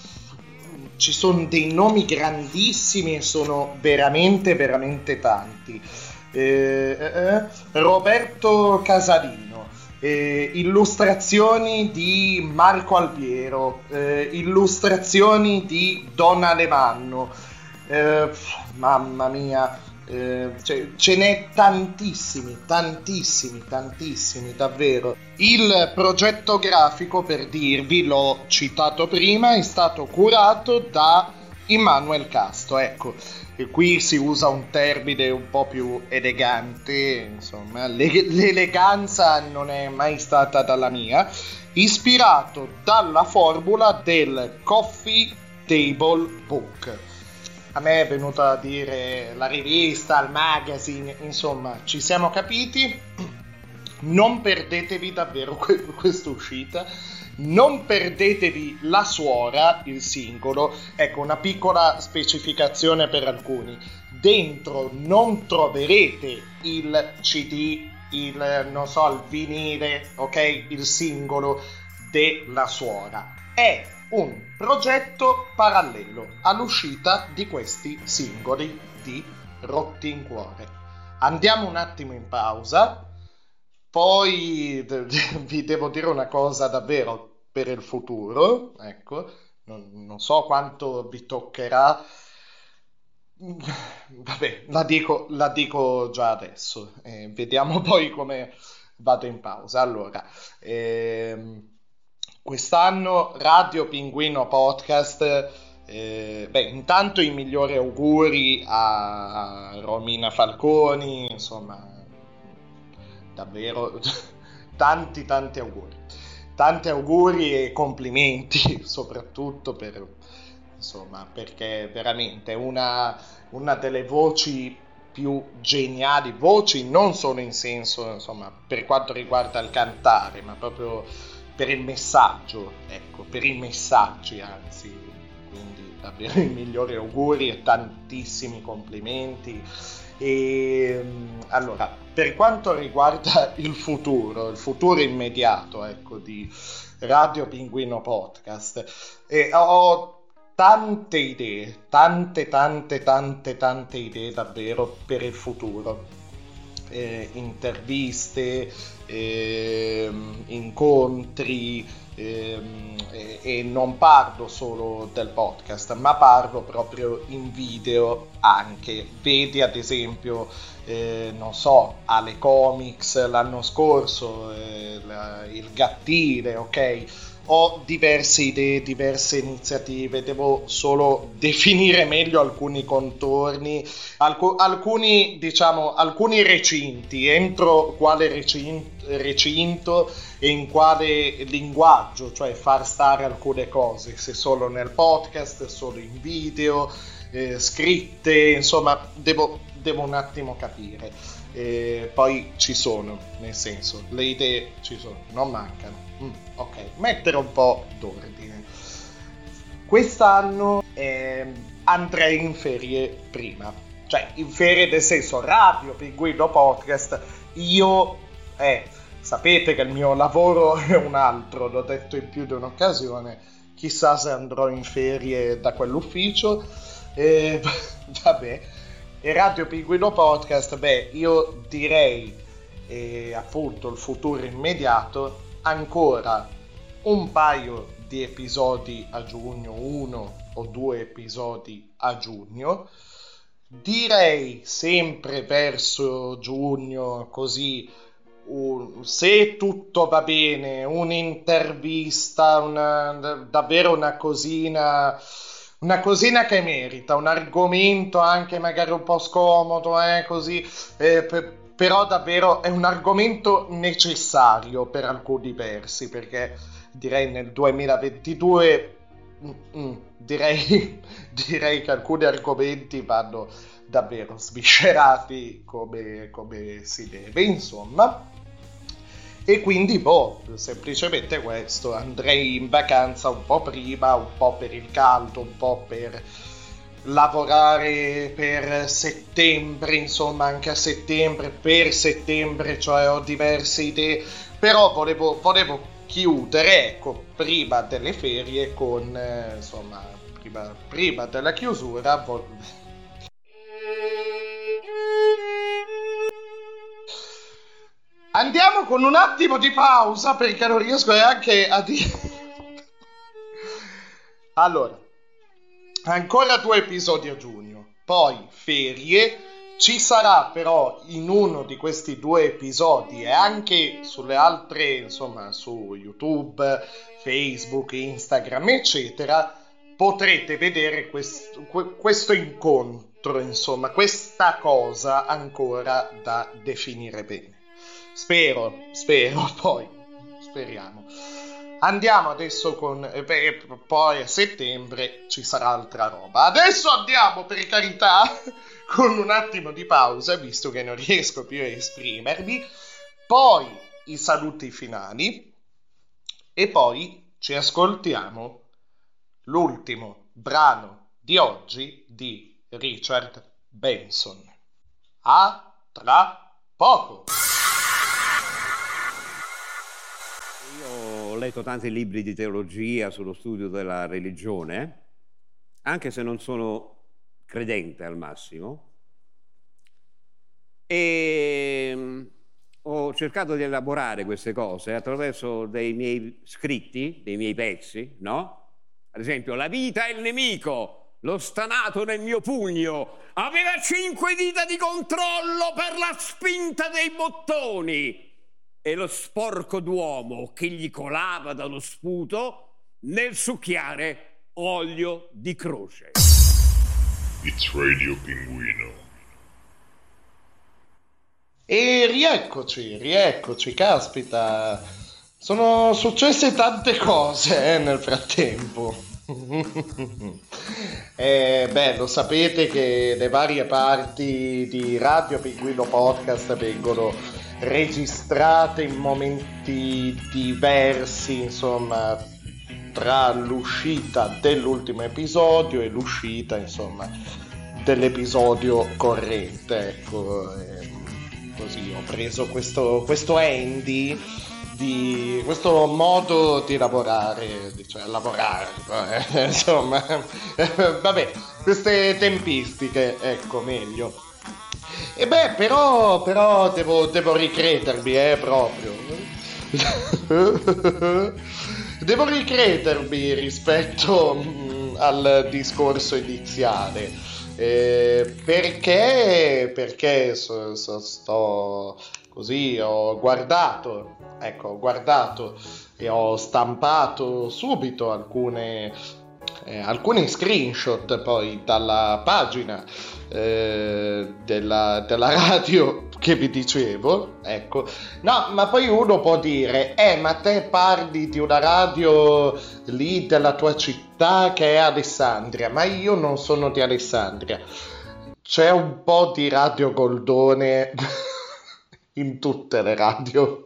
ci sono dei nomi grandissimi e sono veramente, veramente tanti. Eh, eh, Roberto Casalino, eh, illustrazioni di Marco Albiero, eh, illustrazioni di Don Alemanno, eh, mamma mia, eh, cioè, ce n'è tantissimi, tantissimi, tantissimi, davvero. Il progetto grafico, per dirvi, l'ho citato prima, è stato curato da Immanuel Casto, ecco. E qui si usa un termine un po' più elegante, insomma, l'e- l'eleganza non è mai stata dalla mia, ispirato dalla formula del Coffee Table Book. a me è venuto a dire la rivista, il magazine, insomma, ci siamo capiti. Non perdetevi davvero que- questa uscita. Non perdetevi La Suora, il singolo. Ecco, una piccola specificazione per alcuni. Dentro non troverete il C D, il, non so, il vinile, ok? Il singolo della Suora. È un progetto parallelo all'uscita di questi singoli di Rotti in Cuore. Andiamo un attimo in pausa. Poi vi devo dire una cosa davvero per il futuro, ecco, non, non so quanto vi toccherà, vabbè, la dico, la dico già adesso, eh, vediamo poi come vado in pausa. Allora, ehm, quest'anno Radio Pinguino Podcast, eh, beh, intanto i migliori auguri a Romina Falconi, insomma, davvero tanti tanti auguri tanti auguri e complimenti soprattutto per, insomma, perché veramente una, una delle voci più geniali, voci non solo in senso, insomma, per quanto riguarda il cantare, ma proprio per il messaggio, ecco, per i messaggi, anzi, quindi davvero i migliori auguri e tantissimi complimenti. E allora, per quanto riguarda il futuro, il futuro immediato, ecco, di Radio Pinguino Podcast, eh, ho tante idee, tante, tante, tante, tante idee davvero per il futuro. Eh, interviste, eh, incontri, eh, e, e non parlo solo del podcast, ma parlo proprio in video anche. Vedi ad esempio, eh, non so, Ale Comics l'anno scorso, eh, la, il Gattile, ok? Ho diverse idee, diverse iniziative, devo solo definire meglio alcuni contorni, alc- alcuni, diciamo, alcuni recinti, entro quale recinto, recinto e in quale linguaggio, cioè far stare alcune cose, se solo nel podcast, solo in video, eh, scritte, insomma, devo, devo un attimo capire. E poi ci sono, nel senso, le idee ci sono, non mancano. Mm, ok, mettere un po' d'ordine. Quest'anno eh, andrei in ferie prima, cioè in ferie nel senso Radio Pinguino Podcast. Io, eh, sapete che il mio lavoro è un altro, l'ho detto in più di un'occasione, chissà se andrò in ferie da quell'ufficio. Eh, vabbè. E Radio Pinguino Podcast, beh, io direi, eh, appunto, il futuro immediato, ancora un paio di episodi a giugno, uno o due episodi a giugno, direi sempre verso giugno, così, un, se tutto va bene, un'intervista, una, davvero una cosina... Una cosina che merita, un argomento anche magari un po' scomodo, eh, così, eh, per, però davvero è un argomento necessario per alcuni versi, perché direi nel duemilaventidue mm, mm, direi, direi che alcuni argomenti vanno davvero sviscerati come, come si deve, insomma. E quindi, boh, semplicemente questo, andrei in vacanza un po' prima, un po' per il caldo, un po' per lavorare per settembre, insomma, anche a settembre, per settembre, cioè ho diverse idee, però volevo, volevo chiudere, ecco, prima delle ferie con, eh, insomma, prima, prima della chiusura, vo- Andiamo con un attimo di pausa perché non riesco neanche a dire. Allora, ancora due episodi a giugno, poi ferie. Ci sarà però in uno di questi due episodi e anche sulle altre, insomma, su YouTube, Facebook, Instagram, eccetera, potrete vedere questo, questo incontro, insomma, questa cosa ancora da definire bene. Spero, spero, poi speriamo. andiamo adesso con... Eh, beh, poi a settembre ci sarà altra roba. Adesso andiamo, per carità, con un attimo di pausa, visto che non riesco più a esprimermi. Poi i saluti finali. E poi ci ascoltiamo l'ultimo brano di oggi di Richard Benson. A tra poco. Io ho letto tanti libri di teologia sullo studio della religione, anche se non sono credente al massimo, e ho cercato di elaborare queste cose attraverso dei miei scritti, dei miei pezzi, no? Ad esempio, la vita è il nemico, l'ho stanato nel mio pugno, aveva cinque dita di controllo per la spinta dei bottoni e lo sporco d'uomo che gli colava dallo sputo nel succhiare olio di croce. It's Radio Pinguino. E rieccoci, rieccoci, caspita, sono successe tante cose eh, nel frattempo. eh, beh, lo sapete che le varie parti di Radio Pinguino Podcast vengono registrate in momenti diversi, insomma, tra l'uscita dell'ultimo episodio e l'uscita, insomma, dell'episodio corrente, ecco. Eh, così ho preso questo, questo handy, di questo modo di lavorare, cioè lavorare, eh, insomma, vabbè, queste tempistiche, ecco, meglio. E beh, però, però devo, devo ricredermi, eh, proprio. Devo ricredermi rispetto mh, al discorso iniziale. Eh, perché perché so, so, sto così, ho guardato, ecco, ho guardato e ho stampato subito alcune eh, alcuni screenshot poi dalla pagina eh, della, della radio che vi dicevo, ecco. No, ma poi uno può dire, eh, ma te parli di una radio lì della tua città che è Alessandria, ma io non sono di Alessandria. C'è un po' di Radio Goldone in tutte le radio.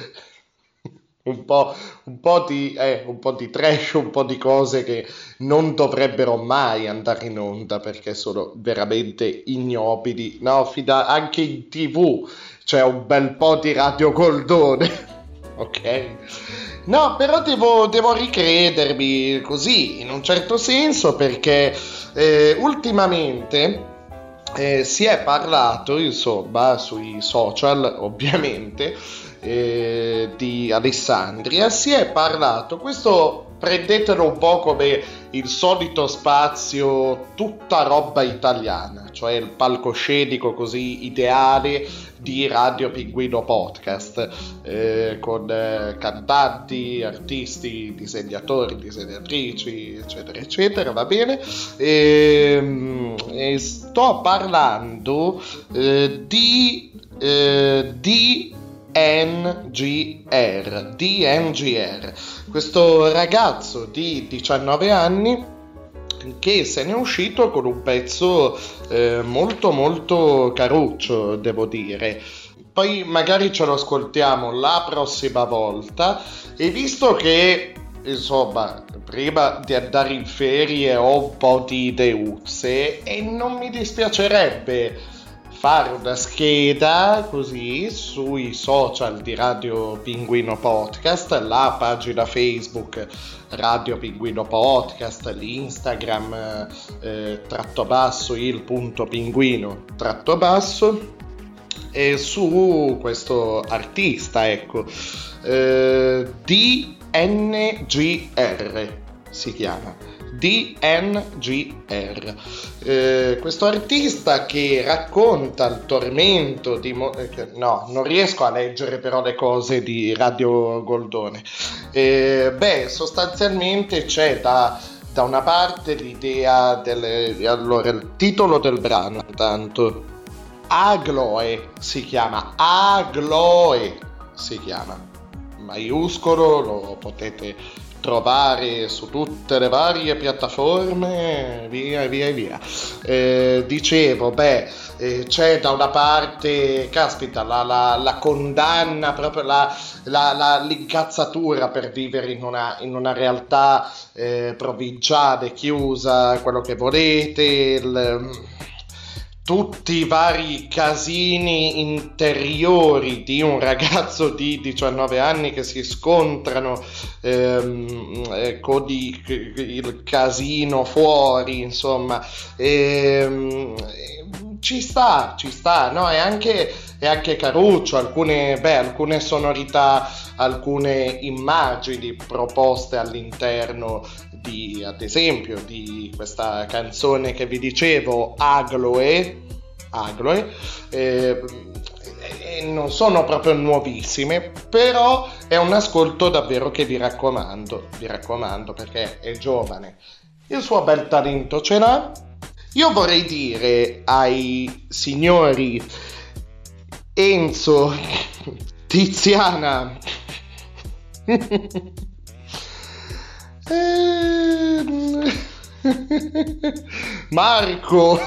Un po', un po' di eh, un po' di trash, un po' di cose che non dovrebbero mai andare in onda perché sono veramente ignobili. No, fida, anche in TV c'è un bel po' di Radio Goldone, ok? No, però devo, devo ricredermi così, in un certo senso, perché eh, ultimamente eh, si è parlato, insomma, sui social, ovviamente, Eh, di Alessandria, si è parlato, questo prendetelo un po' come il solito spazio tutta roba italiana, cioè il palcoscenico così ideale di Radio Pinguino Podcast, eh, con eh, cantanti, artisti, disegnatori, disegnatrici, eccetera eccetera, va bene. E, e sto parlando eh, di eh, di N G R, D N G R, questo ragazzo di diciannove anni che se ne è uscito con un pezzo eh, molto molto caruccio, devo dire. Poi magari ce lo ascoltiamo la prossima volta, e visto che, insomma, prima di andare in ferie ho un po' di ideuzze e non mi dispiacerebbe fare una scheda così sui social di Radio Pinguino Podcast, la pagina Facebook Radio Pinguino Podcast, l'Instagram eh, tratto basso il punto pinguino tratto basso, e su questo artista, ecco, eh, D N G R si chiama. D N G R, eh, questo artista che racconta il tormento di mo- no, non riesco a leggere però le cose di Radio Goldone. Eh, beh, sostanzialmente c'è da, da una parte l'idea del, allora, il titolo del brano, tanto Agloe si chiama, Agloe si chiama, maiuscolo, lo potete trovare su tutte le varie piattaforme, via e via e via. Eh, dicevo, beh, eh, c'è da una parte, caspita, la, la, la condanna, proprio la, la, la, l'incazzatura per vivere in una, in una realtà eh, provinciale, chiusa, quello che volete, il, tutti i vari casini interiori di un ragazzo di diciannove anni che si scontrano ehm, eh, con i, il casino fuori, insomma, ehm, ci sta, ci sta, no? E anche, e anche caruccio, alcune, beh, alcune sonorità, alcune immagini proposte all'interno di, ad esempio, di questa canzone che vi dicevo, Agloe, Agloe, eh, eh, non sono proprio nuovissime, però è un ascolto davvero che vi raccomando, vi raccomando perché è giovane, il suo bel talento ce l'ha. Io vorrei dire ai signori Enzo, Tiziana, Marco,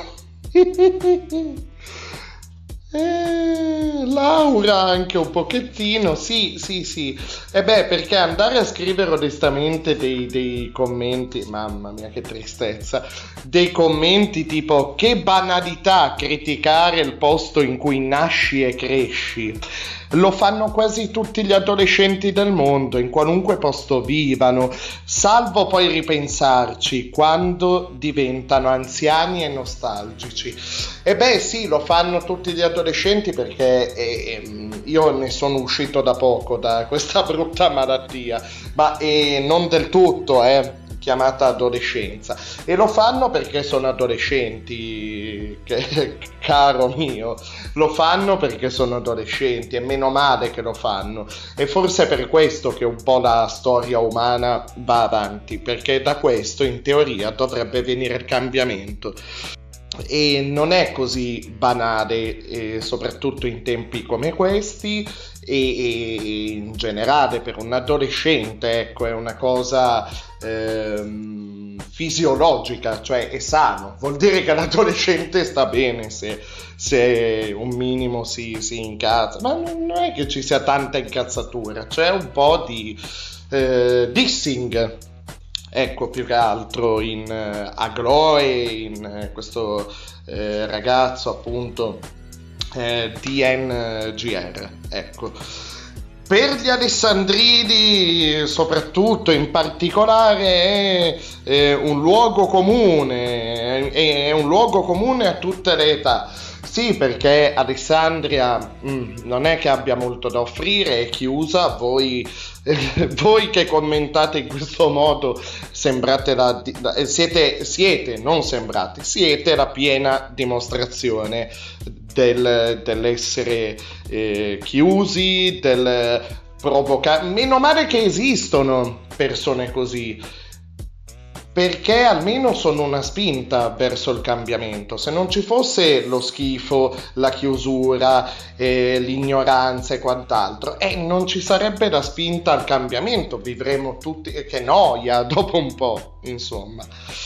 Eh, Laura anche un pochettino, sì, sì, sì. E beh, perché andare a scrivere onestamente dei, dei commenti, mamma mia che tristezza, dei commenti tipo che banalità criticare il posto in cui nasci e cresci. Lo fanno quasi tutti gli adolescenti del mondo, in qualunque posto vivano, salvo poi ripensarci quando diventano anziani e nostalgici. E beh sì, lo fanno tutti gli adolescenti perché eh, io ne sono uscito da poco da questa brutta malattia, ma eh, non del tutto, eh. chiamata adolescenza, e lo fanno perché sono adolescenti, che, caro mio, lo fanno perché sono adolescenti e meno male che lo fanno, e forse è per questo che un po' la storia umana va avanti, perché da questo in teoria dovrebbe venire il cambiamento. E non è così banale, eh, soprattutto in tempi come questi, e, e in generale per un adolescente, ecco, è una cosa ehm, fisiologica, cioè è sano, vuol dire che l'adolescente sta bene se, se un minimo si, si incazza, ma non è che ci sia tanta incazzatura, c'è un po' di eh, dissing. Ecco, più che altro in uh, Agloe, in uh, questo uh, ragazzo appunto uh, D N G R, ecco. Per gli alessandrini, soprattutto in particolare, è, è un luogo comune, è, è un luogo comune a tutte le età. Sì, perché Alessandria mh, non è che abbia molto da offrire, è chiusa, voi, eh, voi che commentate in questo modo sembrate la, la, siete, siete, non sembrate, siete la piena dimostrazione del, dell'essere eh, chiusi, del provocare. Meno male che esistono persone così, perché almeno sono una spinta verso il cambiamento. Se non ci fosse lo schifo, la chiusura, eh, l'ignoranza e quant'altro, eh, non ci sarebbe la spinta al cambiamento, vivremo tutti, che noia dopo un po', insomma.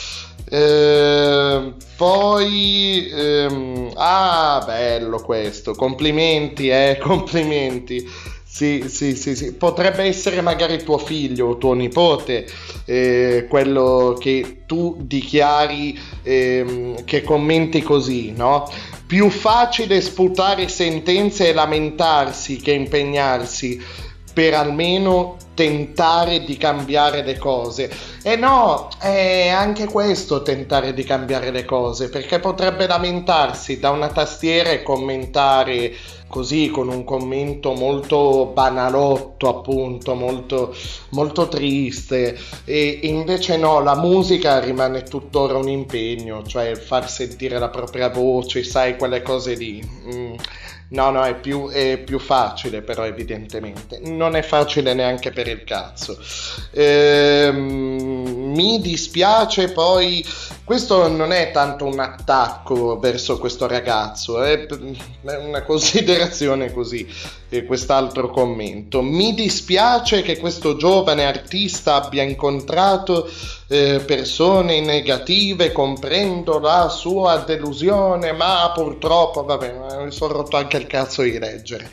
Eh, poi ehm, ah, bello questo, complimenti, eh, complimenti. Sì, sì, sì, sì, potrebbe essere magari tuo figlio o tuo nipote, eh, quello che tu dichiari, eh, che commenti così, no? Più facile sputare sentenze e lamentarsi che impegnarsi per almeno tentare di cambiare le cose. E no, è anche questo tentare di cambiare le cose, perché potrebbe lamentarsi da una tastiera e commentare così con un commento molto banalotto, appunto, molto, molto triste, e invece no, la musica rimane tuttora un impegno, cioè far sentire la propria voce, sai, quelle cose lì. Mm. No, no, è più, è più facile, però evidentemente non è facile neanche per il cazzo. Ehm, mi dispiace poi questo non è tanto un attacco verso questo ragazzo, è una considerazione così, e quest'altro commento. Mi dispiace che questo giovane artista abbia incontrato eh, persone negative, comprendo la sua delusione, ma purtroppo, vabbè, mi sono rotto anche il cazzo di leggere.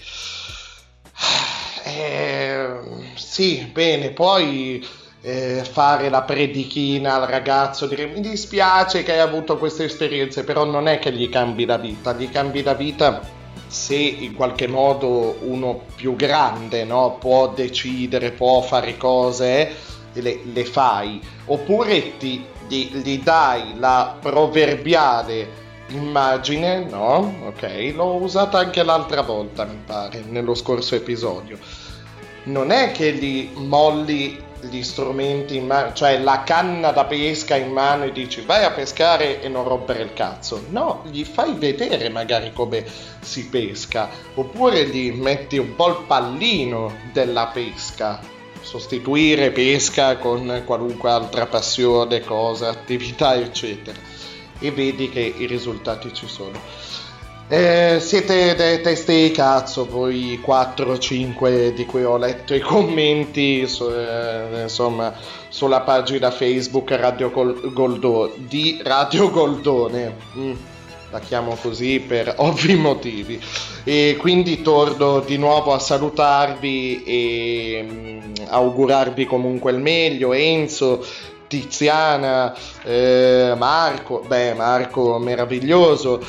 Eh, sì, bene, poi eh, fare la predichina al ragazzo, dire mi dispiace che hai avuto queste esperienze, però non è che gli cambi la vita, gli cambi la vita se in qualche modo uno più grande, no, può decidere, può fare cose, le, le fai, oppure ti, gli, gli dai la proverbiale immagine, no? Ok, l'ho usata anche l'altra volta, mi pare, nello scorso episodio. Non è che gli molli gli strumenti in mano, cioè la canna da pesca in mano e dici vai a pescare e non rompere il cazzo. No, gli fai vedere magari come si pesca, oppure gli metti un po' il pallino della pesca, sostituire pesca con qualunque altra passione, cosa, attività, eccetera, e vedi che i risultati ci sono. Eh, siete de- teste di cazzo, voi quattro cinque di cui ho letto i commenti su, eh, insomma, sulla pagina Facebook Radio Gol- Goldo- di Radio Goldone, mm, la chiamo così per ovvi motivi, e quindi torno di nuovo a salutarvi e mm, augurarvi comunque il meglio. Enzo, Tiziana, eh, Marco, beh Marco meraviglioso,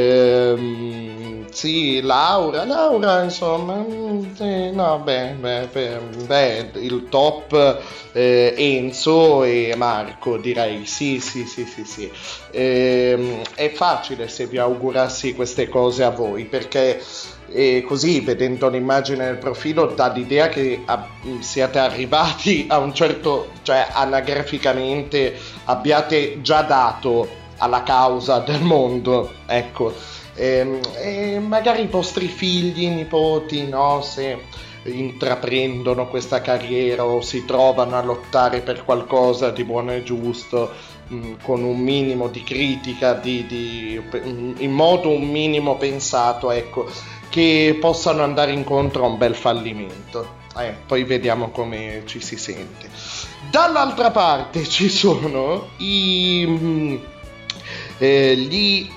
eh, sì, Laura, Laura insomma, eh, no beh, beh, beh, beh il top eh, Enzo e Marco direi, sì sì sì sì sì, eh, è facile se vi augurassi queste cose a voi, perché e così vedendo l'immagine del profilo dà l'idea che a, siate arrivati a un certo, cioè anagraficamente abbiate già dato alla causa del mondo, ecco, e, e magari i vostri figli, nipoti, no, se intraprendono questa carriera o si trovano a lottare per qualcosa di buono e giusto, mh, con un minimo di critica, di, di, in modo un minimo pensato, ecco, che possano andare incontro a un bel fallimento. Eh, poi vediamo come ci si sente. Dall'altra parte ci sono i, mh, eh, gli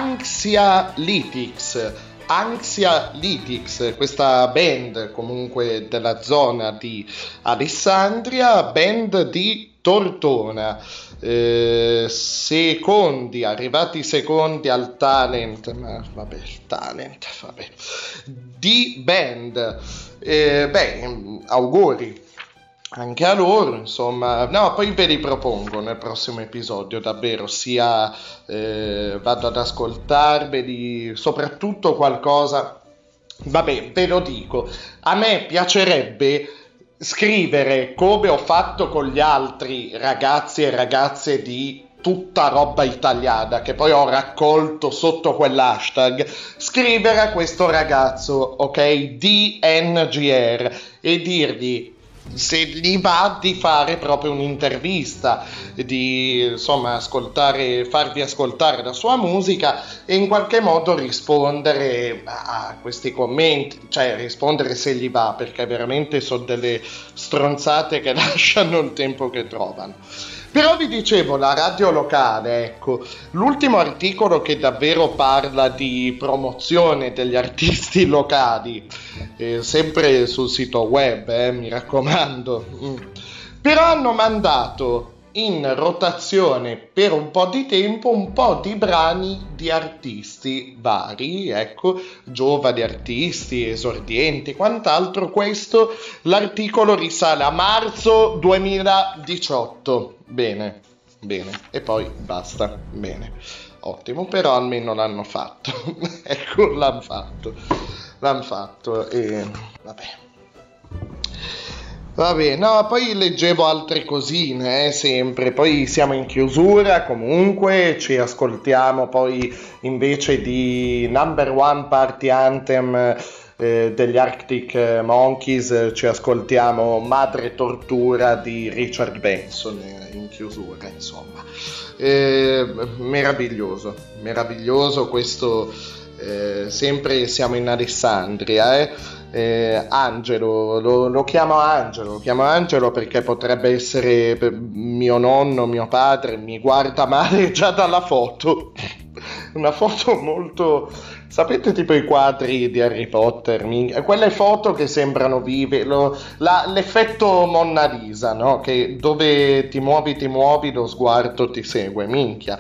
Anxiolytics. Anxiolytics, questa band comunque della zona di Alessandria, band di Tortona. Eh, secondi, arrivati secondi al talent, ma vabbè, il talent, vabbè, di band, eh, beh, auguri anche a loro, insomma, no, poi ve li propongo nel prossimo episodio, davvero, sia eh, vado ad ascoltarveli, soprattutto qualcosa, vabbè, ve lo dico, a me piacerebbe scrivere, come ho fatto con gli altri ragazzi e ragazze di tutta roba italiana che poi ho raccolto sotto quell'hashtag, scrivere a questo ragazzo, ok, D N G R, e dirgli se gli va di fare proprio un'intervista, di insomma ascoltare, farvi ascoltare la sua musica e in qualche modo rispondere a questi commenti, cioè rispondere se gli va, perché veramente sono delle stronzate che lasciano il tempo che trovano. Però vi dicevo, la radio locale, ecco, l'ultimo articolo che davvero parla di promozione degli artisti locali, eh, sempre sul sito web, eh, mi raccomando, mm. però hanno mandato in rotazione per un po' di tempo un po' di brani di artisti vari, ecco, giovani artisti, esordienti, quant'altro. Questo, l'articolo risale a marzo duemiladiciotto. Bene, bene, e poi basta, bene, ottimo, però almeno l'hanno fatto, ecco, l'hanno fatto, l'hanno fatto, e vabbè. Vabbè, no, poi leggevo altre cosine, eh, sempre, poi siamo in chiusura, comunque ci ascoltiamo poi invece di Number One Party Anthem eh, degli Arctic Monkeys ci ascoltiamo Madre Tortura di Richard Benson in chiusura, insomma. Eh, meraviglioso, meraviglioso questo, eh, sempre siamo in Alessandria, eh. Eh, Angelo, lo, lo chiamo Angelo, lo chiamo Angelo perché potrebbe essere mio nonno, mio padre, mi guarda male già dalla foto, una foto molto, sapete, tipo i quadri di Harry Potter, minchia, quelle foto che sembrano vive, lo, la, l'effetto Monna Lisa, no? Che dove ti muovi ti muovi lo sguardo ti segue, minchia.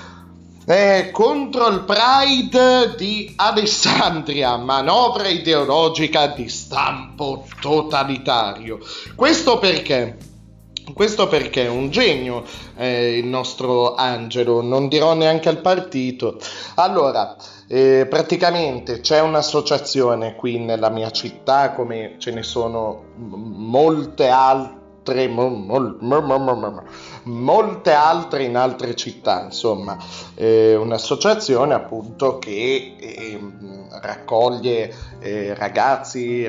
Eh, contro il Pride di Alessandria, manovra ideologica di stampo totalitario. Questo perché? Questo perché è un genio, eh, il nostro Angelo, non dirò neanche al partito. Allora, eh, praticamente c'è un'associazione qui nella mia città, come ce ne sono molte altre. Mol, mol, mol, mol, mol, molte altre in altre città, insomma, eh, un'associazione appunto che eh, raccoglie eh, ragazzi,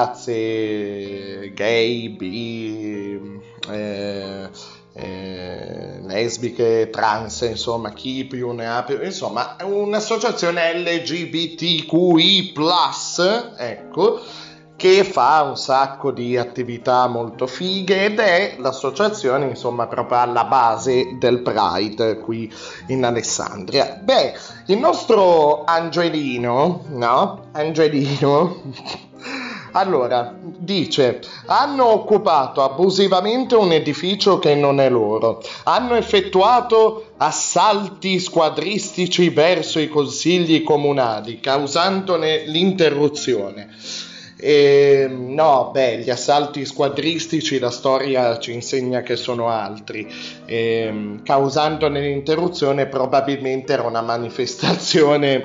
ragazze, gay, bi, eh, eh, lesbiche, trans, insomma, chi più ne ha più, insomma, è un'associazione L G B T Q I plus, ecco, che fa un sacco di attività molto fighe ed è l'associazione, insomma, proprio alla base del Pride qui in Alessandria. Beh, il nostro Angelino, no? Angelino, allora, dice: hanno occupato abusivamente un edificio che non è loro, hanno effettuato assalti squadristici verso i consigli comunali, causandone l'interruzione. Eh, no, beh, gli assalti squadristici la storia ci insegna che sono altri, eh, causandone l'interruzione probabilmente era una manifestazione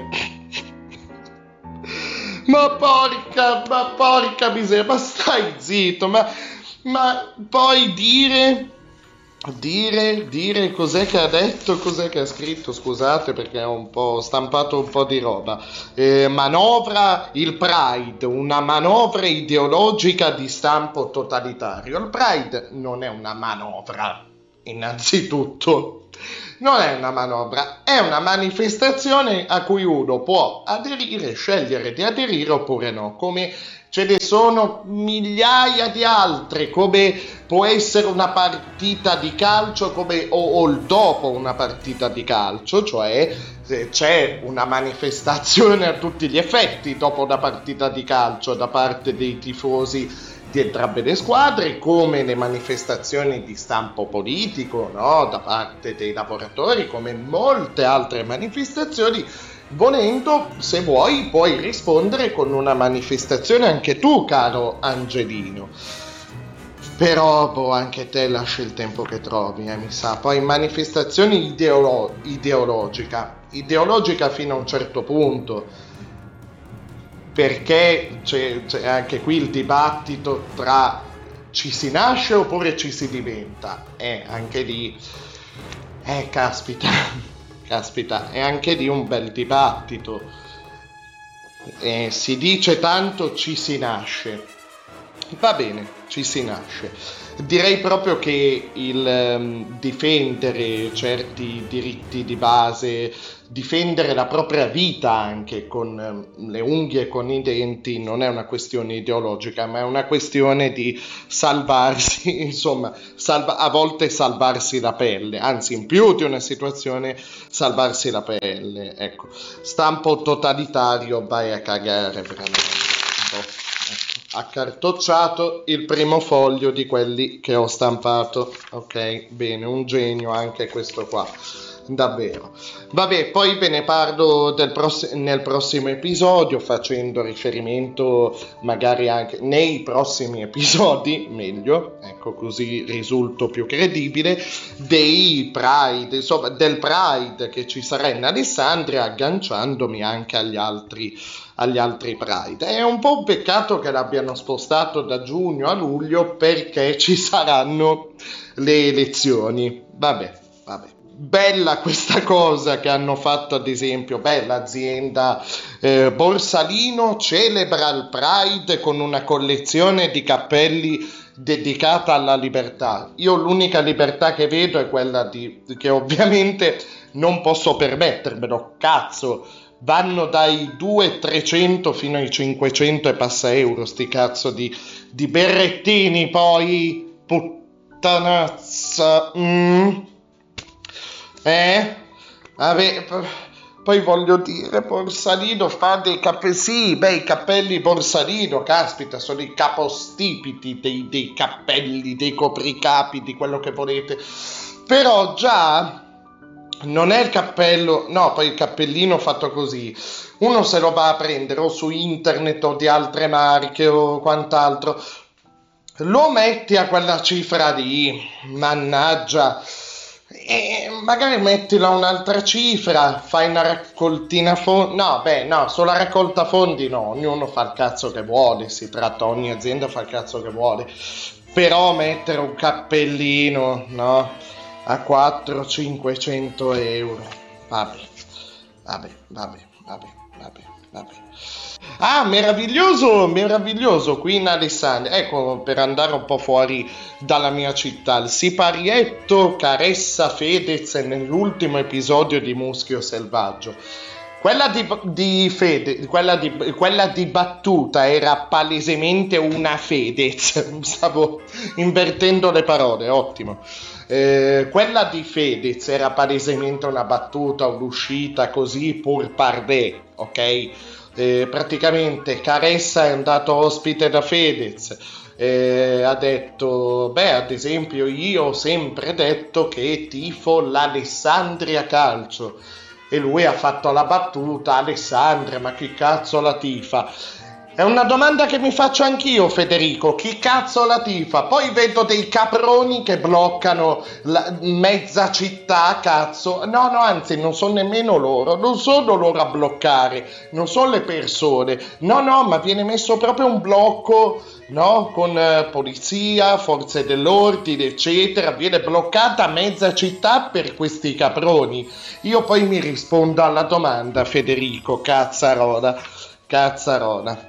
ma porca, ma porca miseria, ma stai zitto, ma, ma poi dire... Dire, dire cos'è che ha detto, cos'è che ha scritto, scusate perché ho un po' stampato un po' di roba. Eh, manovra il Pride, una manovra ideologica di stampo totalitario. Il Pride non è una manovra, innanzitutto. Non è una manovra, è una manifestazione a cui uno può aderire, scegliere di aderire oppure no, come ce ne sono migliaia di altre, come può essere una partita di calcio come, o, o il dopo una partita di calcio, cioè c'è una manifestazione a tutti gli effetti dopo una partita di calcio da parte dei tifosi di entrambe le squadre, come le manifestazioni di stampo politico, no? Da parte dei lavoratori, come molte altre manifestazioni. Volendo, se vuoi, puoi rispondere con una manifestazione anche tu, caro Angelino. Però, boh, anche te lascia il tempo che trovi, eh, mi sa. Poi manifestazioni ideolo- ideologica, ideologica fino a un certo punto, perché c'è, c'è anche qui il dibattito tra ci si nasce oppure ci si diventa. Eh, anche lì, eh, caspita. Caspita, è anche di un bel dibattito. Eh, si dice tanto ci si nasce. Va bene, ci si nasce. Direi proprio che il um, difendere certi diritti di base, difendere la propria vita anche con um, le unghie e con i denti non è una questione ideologica, ma è una questione di salvarsi, insomma, salva- a volte salvarsi la pelle, anzi in più di una situazione salvarsi la pelle. Ecco, stampo totalitario, vai a cagare veramente. Boh. Ha cartocciato il primo foglio di quelli che ho stampato. Ok, bene, un genio anche questo qua, davvero. Vabbè, poi ve ne parlo del pross- nel prossimo episodio, facendo riferimento magari anche nei prossimi episodi, meglio, ecco, così risulto più credibile, dei Pride, insomma del Pride che ci sarà in Alessandria, agganciandomi anche agli altri agli altri Pride. È un po' un peccato che l'abbiano spostato da giugno a luglio perché ci saranno le elezioni. Vabbè, vabbè. bella questa cosa che hanno fatto, ad esempio, beh, l'azienda eh, Borsalino celebra il Pride con una collezione di cappelli dedicata alla libertà. Io l'unica libertà che vedo è quella di che ovviamente non posso permettermelo, cazzo, vanno dai duecento trecento fino ai cinquecento e passa euro sti cazzo di, di berrettini, poi puttanazza. mm. Eh? Vabbè, poi voglio dire, Borsalino fa dei cappelli, sì, beh, i cappelli Borsalino, caspita, sono i capostipiti dei, dei cappelli, dei copricapi, di quello che volete, però già non è il cappello, no, poi il cappellino fatto così, uno se lo va a prendere o su internet o di altre marche o quant'altro, lo metti a quella cifra lì, mannaggia, e magari mettilo a un'altra cifra, fai una raccoltina fondi, no, beh, no, sulla raccolta fondi no, ognuno fa il cazzo che vuole, si tratta, ogni azienda fa il cazzo che vuole, però mettere un cappellino, no, a quattrocento cinquecento euro, vabbè, vabbè, vabbè, vabbè, vabbè, vabbè. Ah, meraviglioso, meraviglioso, qui in Alessandria, ecco, per andare un po' fuori dalla mia città, il siparietto Caressa Fedez nell'ultimo episodio di Muschio Selvaggio. Quella di, di Fede, quella di, quella di battuta era palesemente una Fedez, stavo invertendo le parole, ottimo. Eh, quella di Fedez era palesemente una battuta, un'uscita così pour parler, ok? Eh, praticamente Caressa è andato ospite da Fedez, eh, ha detto, beh, ad esempio io ho sempre detto che tifo l'Alessandria Calcio, e lui ha fatto la battuta, Alessandria, ma chi cazzo la tifa? È una domanda che mi faccio anch'io, Federico, chi cazzo la tifa? Poi vedo dei caproni che bloccano la mezza città, cazzo. No, no, anzi, non sono nemmeno loro, non sono loro a bloccare, non sono le persone. No, no, ma viene messo proprio un blocco, no, con eh, polizia, forze dell'ordine, eccetera, viene bloccata mezza città per questi caproni. Io poi mi rispondo alla domanda, Federico, cazzarona, cazzarona.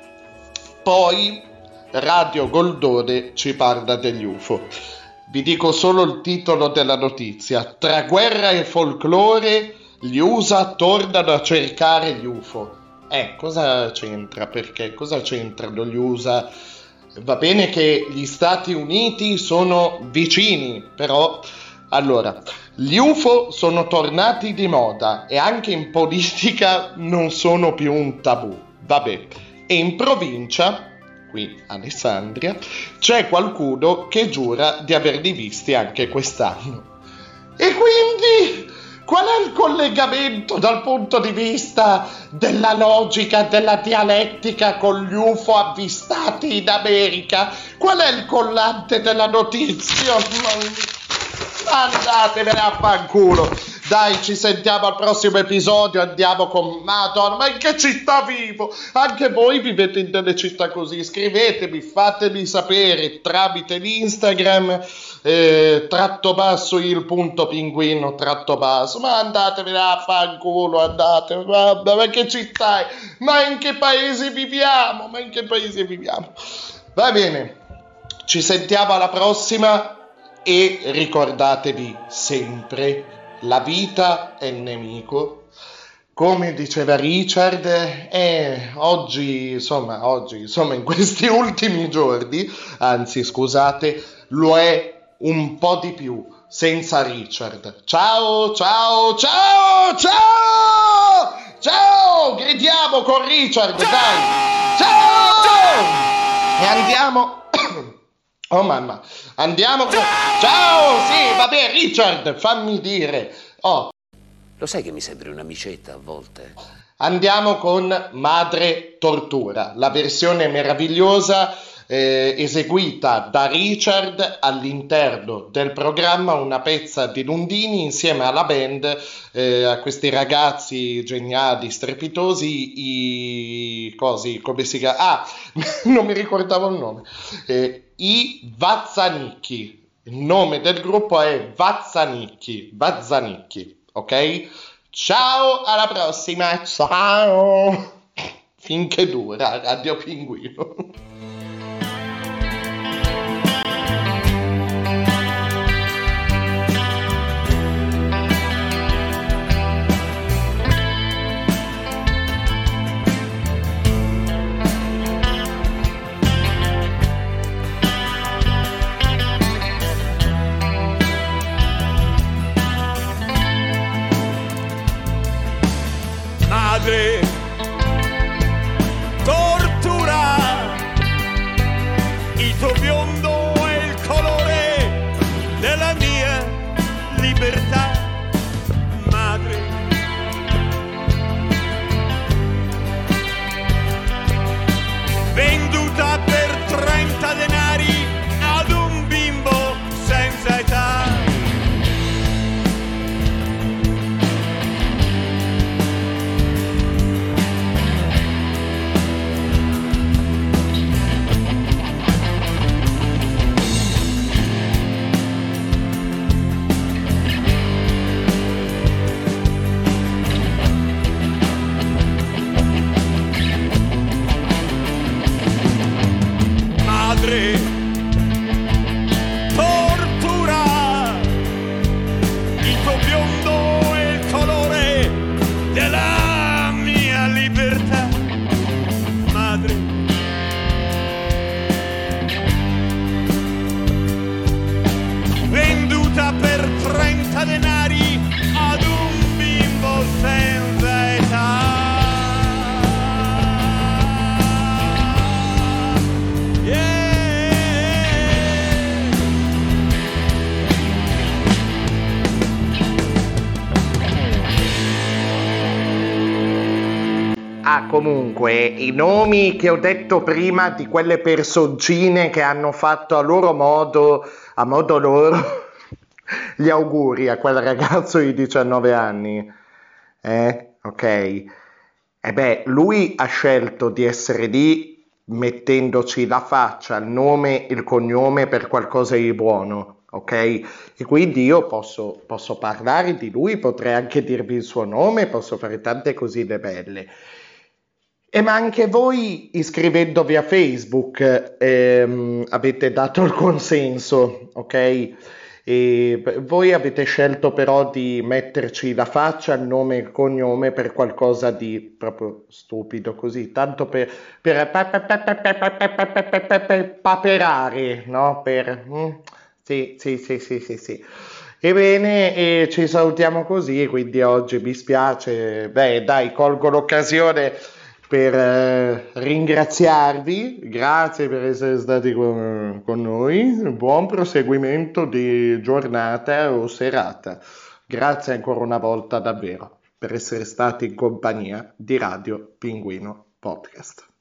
Poi Radio Goldone ci parla degli U F O. Vi dico solo il titolo della notizia. Tra guerra e folklore, gli U S A tornano a cercare gli U F O. Eh, cosa c'entra? Perché? Cosa c'entrano gli U S A? Va bene che gli Stati Uniti sono vicini, però... Allora, gli U F O sono tornati di moda e anche in politica non sono più un tabù. Vabbè. E in provincia, qui Alessandria, c'è qualcuno che giura di averli visti anche quest'anno. E quindi qual è il collegamento dal punto di vista della logica, della dialettica con gli U F O avvistati in America? Qual è il collante della notizia? Andatevene a fanculo. Dai, ci sentiamo al prossimo episodio, andiamo con... Madonna, ma in che città vivo? Anche voi vivete in delle città così? Scrivetemi, fatemi sapere tramite l'Instagram, eh, tratto basso il punto pinguino tratto basso. Ma andatevene a fanculo, andate, ma, ma che città è? Ma in che paese viviamo? Ma in che paese viviamo? Va bene, ci sentiamo alla prossima e ricordatevi sempre... La vita è il nemico, come diceva Richard, e oggi, insomma, oggi, insomma, in questi ultimi giorni, anzi, scusate, lo è un po' di più, senza Richard. Ciao, ciao, ciao, ciao, ciao, gridiamo con Richard, ciao, dai, ciao, e andiamo... Oh mamma, andiamo con... Ciao, sì, vabbè, Richard, fammi dire. Oh. Lo sai che mi sembri un'amicetta a volte? Andiamo con Madre Tortura, la versione meravigliosa eh, eseguita da Richard all'interno del programma Una pezza di Lundini insieme alla band, eh, a questi ragazzi geniali, strepitosi, i cosi, come si chiama? Ah, non mi ricordavo il nome. Eh, I Vazzanicchi. Il nome del gruppo è Vazzanicchi, Vazzanicchi, ok? Ciao, alla prossima, ciao! Finché dura Radio Pinguino. Madre, tortura, il tuo biondo è il colore della mia libertà. Madre, venduta per trenta denari ad un bimbo senza età. Madre, tortura, il tuo biondo è il colore della mia libertà. Madre, venduta per trenta denari ad un bimbo senza età. Ah, comunque, i nomi che ho detto prima di quelle personcine che hanno fatto a loro modo, a modo loro, gli auguri a quel ragazzo di diciannove anni. Eh, ok. E beh, lui ha scelto di essere lì mettendoci la faccia, il nome, il cognome per qualcosa di buono, ok? E quindi io posso, posso parlare di lui, potrei anche dirvi il suo nome, posso fare tante cosine belle. E ma anche voi, iscrivendovi a Facebook, ehm, avete dato il consenso, ok? E voi avete scelto però di metterci la faccia, il nome e il cognome per qualcosa di proprio stupido così, tanto per, per paperare, no? Per, mm, sì, sì, sì, sì, sì, sì. Ebbene, e ci salutiamo così, quindi oggi mi spiace, beh dai, colgo l'occasione per eh, ringraziarvi, grazie per essere stati con, con noi, buon proseguimento di giornata o serata, grazie ancora una volta davvero per essere stati in compagnia di Radio Pinguino Podcast.